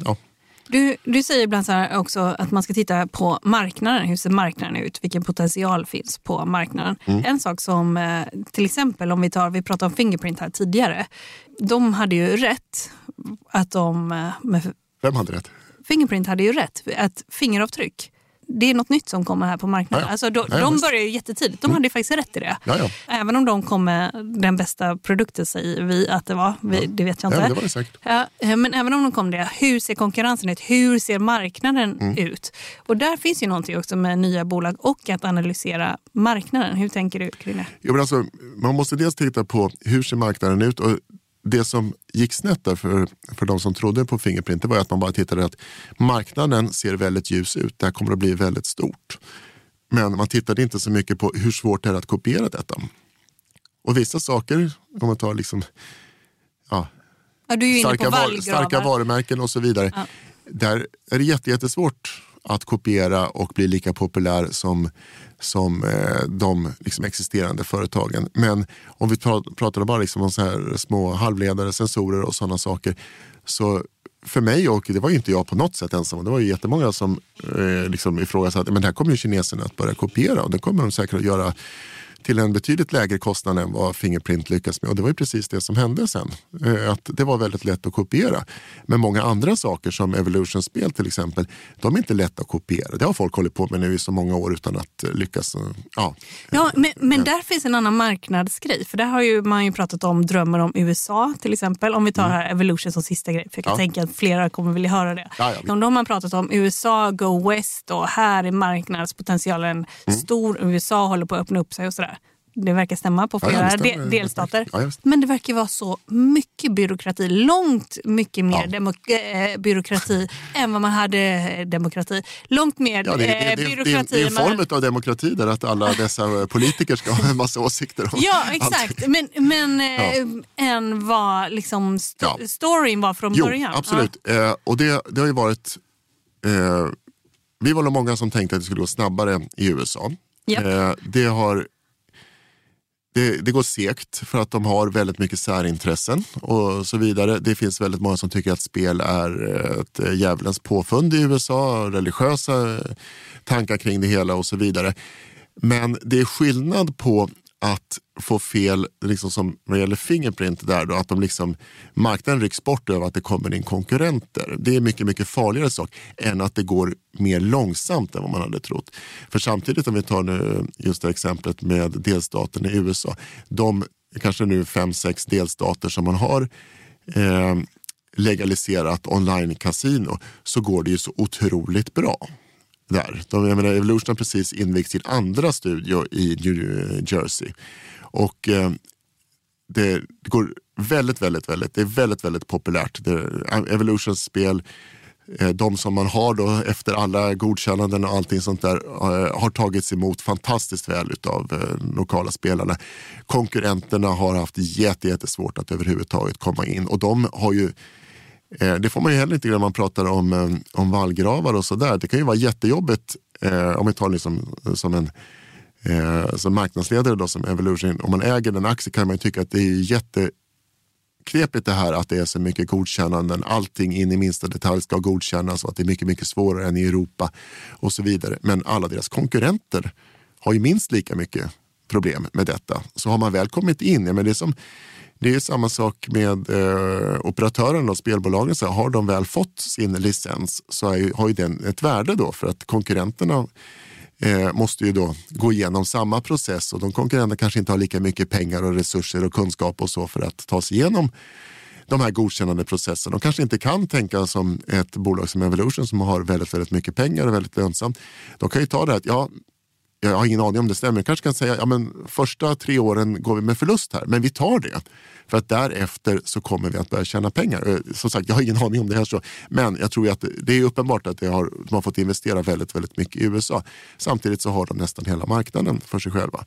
Du säger ibland så här också att man ska titta på marknaden. Hur ser marknaden ut? Vilken potential finns på marknaden? En sak som till exempel om vi pratade om Fingerprint här tidigare. De hade ju rätt att Vem hade rätt? Fingerprint hade ju rätt att fingeravtryck. Det är något nytt som kommer här på marknaden. Ja. Alltså de börjar ju jättetidigt. De hade ju faktiskt rätt i det. Ja. Även om de kom med den bästa produkten, säger vi att det var. Det vet jag inte. Ja, det var det säkert. Ja, men även om de kom det, hur ser konkurrensen ut? Hur ser marknaden ut? Och där finns ju någonting också med nya bolag och att analysera marknaden. Hur tänker du kring det? Ja, men man måste dels titta på hur ser marknaden ut, och det som gick snett där för de som trodde på Fingerprint, det var att man bara tittade att marknaden ser väldigt ljus ut. Det här kommer att bli väldigt stort. Men man tittade inte så mycket på hur svårt det är att kopiera detta. Och vissa saker, om man tar du är inne på starka varumärken och så vidare. Ja. Där är det jättesvårt att kopiera och bli lika populär som de existerande företagen. Men om vi pratar bara om så här små halvledare, sensorer och sådana saker, så för mig, och det var ju inte jag på något sätt ensam, det var ju jättemånga som ifrågasatte, men här kommer ju kineserna att börja kopiera, och det kommer de säkert att göra till en betydligt lägre kostnad än vad Fingerprint lyckas med. Och det var ju precis det som hände sen. Att det var väldigt lätt att kopiera. Men många andra saker som Evolution-spel till exempel, de är inte lätt att kopiera. Det har folk hållit på med nu i så många år utan att lyckas. Men där finns en annan marknadsgrej. För där har man ju pratat om drömmar om USA till exempel. Om vi tar här Evolution som sista grej. För jag kan tänka att flera kommer vilja höra det. De har man pratat om USA, Go West, och här är marknadspotentialen stor. USA håller på att öppna upp sig och sådär. det verkar stämma på flera delstater. Men det verkar vara så mycket byråkrati, långt mycket mer byråkrati än vad man hade demokrati. Långt mer byråkrati. Det är en form av demokrati där att alla dessa politiker ska ha en massa åsikter. Ja, exakt. Men än vad liksom storyn var från början. Absolut. Och det har ju varit... vi var nog många som tänkte att det skulle gå snabbare i USA. Yep. Det går segt för att de har väldigt mycket särintressen och så vidare. Det finns väldigt många som tycker att spel är ett djävulens påfund i USA, religiösa tankar kring det hela och så vidare. Men det är skillnad på att få fel, liksom som vad gäller Fingerprint där då, att de liksom, marknaden rycks bort över att det kommer in konkurrenter. Det är mycket, mycket farligare sak än att det går mer långsamt än vad man hade trott. För samtidigt, om vi tar nu just det exemplet med delstaten i USA, de kanske nu 5-6 delstater som man har legaliserat online-casino, så går det ju så otroligt bra. Där. Jag menar, Evolution har precis invigt sin andra studio i New Jersey. Och det går väldigt, det är väldigt, väldigt populärt. Evolutions spel, de som man har då efter alla godkännanden och allting sånt där, har tagits emot fantastiskt väl utav lokala spelarna. Konkurrenterna har haft jättesvårt att överhuvudtaget komma in, och de har ju, det får man ju heller inte när man pratar om vallgravar och sådär. Det kan ju vara jättejobbigt om vi tar liksom som marknadsledare då, som Evolution. Om man äger en aktie kan man ju tycka att det är jätteknepigt det här att det är så mycket godkännanden. Allting in i minsta detalj ska godkännas och att det är mycket, mycket svårare än i Europa och så vidare. Men alla deras konkurrenter har ju minst lika mycket problem med detta. Så har man väl kommit in, men det är samma sak med operatören och spelbolagen. Så har de väl fått sin licens, så har ju den ett värde då, för att konkurrenterna måste ju då gå igenom samma process, och de konkurrenterna kanske inte har lika mycket pengar och resurser och kunskap och så för att ta sig igenom de här godkännande processerna. De kanske inte kan tänka som ett bolag som Evolution som har väldigt, väldigt mycket pengar och väldigt lönsamt. De kan ju ta det här att jag har ingen aning om det stämmer. Jag kanske kan säga, men första 3 åren går vi med förlust här, men vi tar det. För att därefter så kommer vi att börja tjäna pengar. Som sagt, jag har ingen aning om det här så. Men jag tror att det är uppenbart att de har fått investera väldigt, väldigt mycket i USA. Samtidigt så har de nästan hela marknaden för sig själva.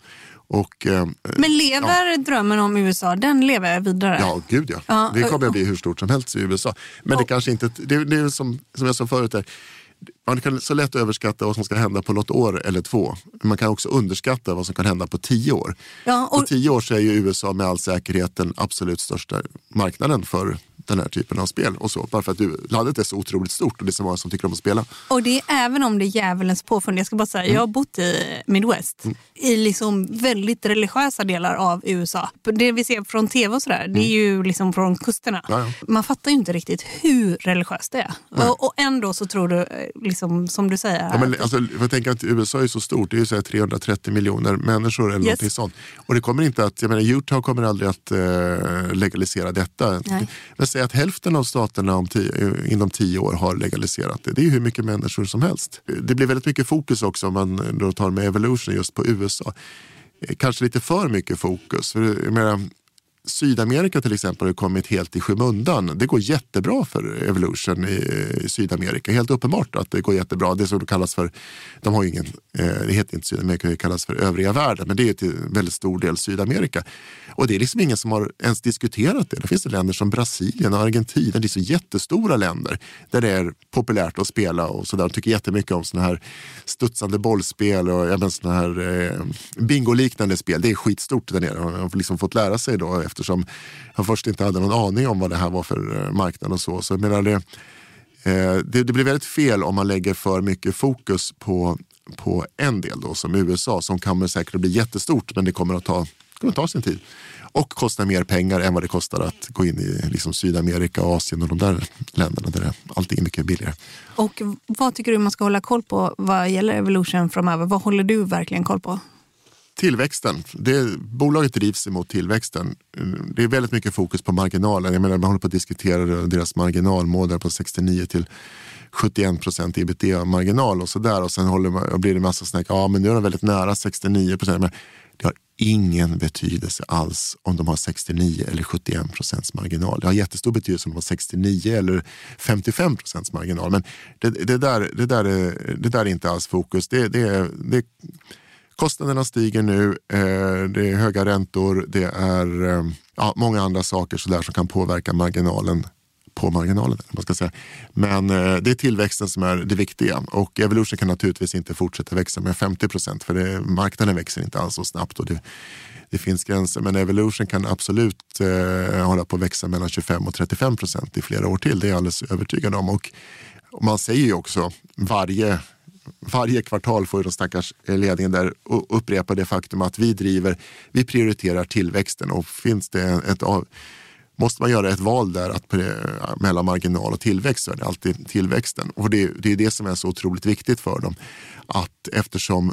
Men lever drömmen om USA, den lever vidare? Ja, gud ja. Det kommer att bli hur stort som helst i USA. Men det kanske inte, det är som jag sa förut där. Man kan så lätt överskatta vad som ska hända på något år eller 2. Man kan också underskatta vad som kan hända på 10 år. På 10 år så är ju USA med all säkerhet den absolut största marknaden för den här typen av spel. Och så, bara för att landet är så otroligt stort och det är så många som tycker om att spela. Och det är även om det är djävulens påfund. Jag ska bara säga, jag har bott i Midwest. I liksom väldigt religiösa delar av USA. Det vi ser från tv och sådär, det är ju liksom från kusterna. Ja. Man fattar ju inte riktigt hur religiöst det är. Och ändå så tror du, liksom, som du säger. Ja, men alltså, jag tänker att USA är så stort. Det är ju så här 330 miljoner människor eller någonting sånt. Och det kommer inte att, jag menar, Utah kommer aldrig att legalisera detta. Men säg att hälften av staterna inom 10 år har legaliserat det. Det är ju hur mycket människor som helst. Det blir väldigt mycket fokus också om man då tar med Evolution just på USA. Kanske lite för mycket fokus. För jag menar, Sydamerika till exempel har kommit helt i skymundan. Det går jättebra för Evolution i Sydamerika. Helt uppenbart att det går jättebra. Det som kallas för, de har ju ingen, det heter inte Sydamerika, det kallas för övriga världen. Men det är till väldigt stor del Sydamerika. Och det är liksom ingen som har ens diskuterat det. Det finns länder som Brasilien och Argentina. Det är så jättestora länder där det är populärt att spela och sådär. De tycker jättemycket om såna här studsande bollspel och även såna här bingoliknande spel. Det är skitstort där nere. De har liksom fått lära sig då, eftersom jag först inte hade någon aning om vad det här var för marknad och så. Så jag menar, det blir väldigt fel om man lägger för mycket fokus på en del då, som USA, som kommer säkert bli jättestort, men det kommer att ta sin tid. Och kosta mer pengar än vad det kostar att gå in i liksom Sydamerika, Asien och de där länderna där allting är mycket billigare. Och vad tycker du man ska hålla koll på vad gäller Evolution framöver? Vad håller du verkligen koll på? Tillväxten. Bolaget drivs emot tillväxten. Det är väldigt mycket fokus på marginalen. Jag menar, man håller på att diskutera deras marginalmål där på 69-71% ebitda-marginal och sådär. Och sen blir det massa snack. Ja, men nu är de väldigt nära 69%. Men det har ingen betydelse alls om de har 69 eller 71% marginal. Det har jättestor betydelse om de har 69 eller 55% marginal. Men det där är inte alls fokus. Kostnaderna stiger nu, det är höga räntor, det är många andra saker så där som kan påverka marginalen på marginalen. Man ska säga. Men det är tillväxten som är det viktiga. Och Evolution kan naturligtvis inte fortsätta växa med 50% för marknaden växer inte alls så snabbt och det finns gränser. Men Evolution kan absolut hålla på att växa mellan 25 och 35% i flera år till. Det är jag alldeles övertygad om. Och man säger ju också varje kvartal får ju de stackars ledningen där upprepa det faktum att vi prioriterar tillväxten och finns det måste man göra ett val där mellan marginal och tillväxt så är det alltid tillväxten. Och det är det som är så otroligt viktigt för dem. Att eftersom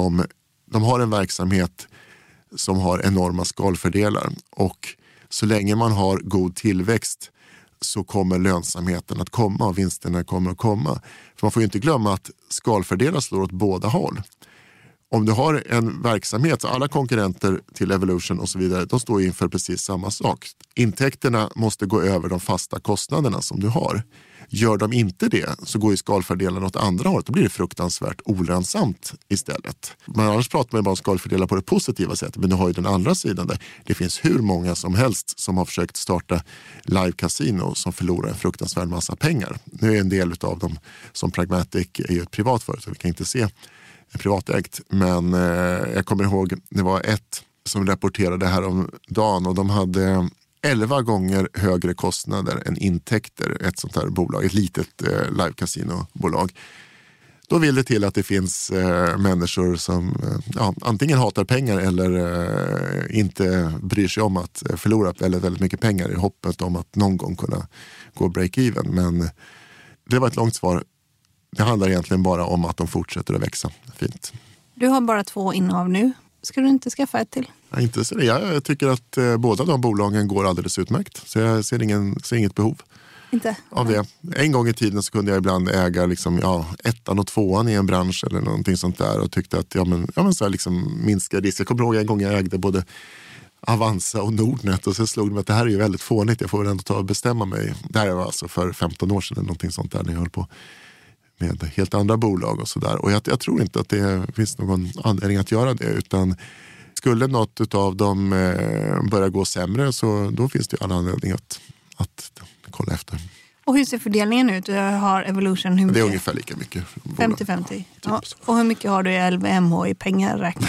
de har en verksamhet som har enorma skalfördelar och så länge man har god tillväxt så kommer lönsamheten att komma och vinsterna kommer att komma. För man får ju inte glömma att skalfördelar slår åt båda håll. Om du har en verksamhet, så alla konkurrenter till Evolution och så vidare, de står inför precis samma sak. Intäkterna måste gå över de fasta kostnaderna som du har. Gör de inte det så går ju skalfördelarna åt andra hållet. Då blir det fruktansvärt olönsamt istället. Men annars pratar man ju bara om skalfördelar på det positiva sättet. Men du har ju den andra sidan där det finns hur många som helst som har försökt starta live-casino som förlorar en fruktansvärd massa pengar. Nu är en del av dem som Pragmatic är ju ett privat företag. Vi kan inte se privatägt. Men jag kommer ihåg, det var ett som rapporterade här om dagen och de hade 11 gånger högre kostnader än intäkter, ett sånt här bolag, ett litet live-casino-bolag. Då vill det till att det finns människor som antingen hatar pengar eller inte bryr sig om att förlora väldigt, väldigt mycket pengar i hoppet om att någon gång kunna gå break-even. Men det var ett långt svar. Det handlar egentligen bara om att de fortsätter att växa. Fint. Du har bara 2 innehav nu. Ska du inte skaffa ett till? Inte så det. Jag tycker att båda de bolagen går alldeles utmärkt. Så jag ser inget behov av det. En gång i tiden så kunde jag ibland äga liksom, 1:an och 2:an i en bransch eller någonting sånt där. Och tyckte att så här liksom minska risk. Jag kommer ihåg en gång jag ägde både Avanza och Nordnet. Och så slog det mig att det här är ju väldigt fånigt. Jag får väl ändå ta och bestämma mig. Det här var alltså för 15 år sedan eller någonting sånt där när jag höll på med helt andra bolag och sådär. Och jag tror inte att det finns någon anledning att göra det, utan skulle något av dem börja gå sämre så då finns det ju alla anledning att kolla efter. Och hur ser fördelningen ut? Du har Evolution, hur mycket? Det är ungefär lika mycket. 50-50. Ja. Och hur mycket har du i LVMH i pengar räknat?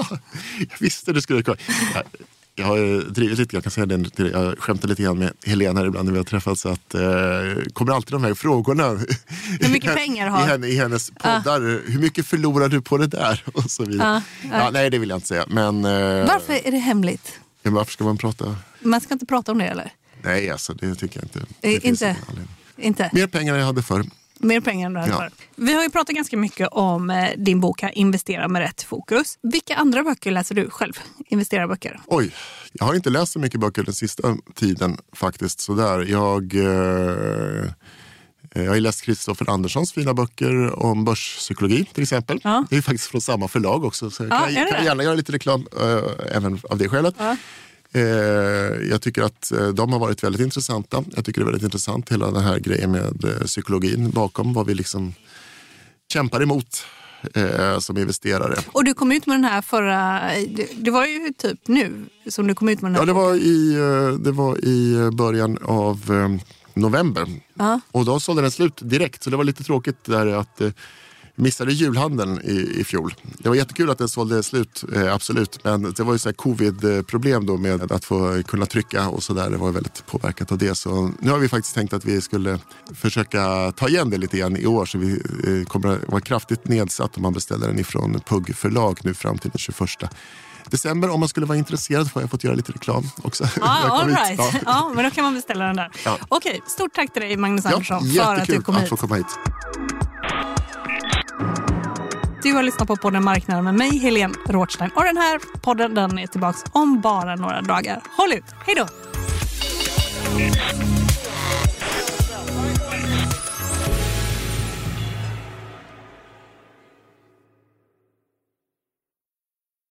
Jag visste det skulle komma. Jag har drivit lite, jag kan säga det, jag skämtar lite grann med Helena här ibland när vi har träffats, att kommer alltid de här frågorna. Hur mycket pengar har i hennes poddar, hur mycket förlorar du på det där? Och så vidare. Nej, det vill jag inte säga. Men, varför är det hemligt? Men varför ska man prata? Man ska inte prata om det, eller? Nej, alltså, det tycker jag inte. Inte? Mer pengar än jag hade förr. Mer pengar än du hade förr. Vi har ju pratat ganska mycket om din bok Investera med rätt fokus. Vilka andra böcker läser du själv? Investerarböcker? Oj, jag har inte läst så mycket böcker den sista tiden faktiskt. Sådär. Jag har läst Kristoffer Anderssons fina böcker om börspsykologi till exempel. Ja. Det är faktiskt från samma förlag också. Så jag kan gärna göra lite reklam även av det skälet. Ja. Jag tycker att de har varit väldigt intressanta. Jag tycker det är väldigt intressant hela den här grejen med psykologin bakom vad vi liksom kämpar emot som investerare. Och du kom ut med den här förra, det var ju typ nu som du kom ut med den här. Ja, det var i början av november. Och då sålde den slut direkt, så det var lite tråkigt där att missade julhandeln i fjol. Det var jättekul att den sålde slut, absolut. Men det var ju så här covid-problem då med att få kunna trycka och sådär. Det var väldigt påverkat av det. Så nu har vi faktiskt tänkt att vi skulle försöka ta igen det lite grann i år. Så vi kommer att vara kraftigt nedsatt om man beställer den ifrån Pugg-förlag nu fram till den 21 december. Om man skulle vara intresserad får jag fått göra lite reklam också. All right. Ja, men då kan man beställa den där. Ja. Okej, stort tack till dig Magnus Andersson för att du kom hit. Att få komma hit. Du har lyssnat på podden Marknaden med mig, Helene Rothstein. Och den här podden, den är tillbaka om bara några dagar. Håll ut, hej då!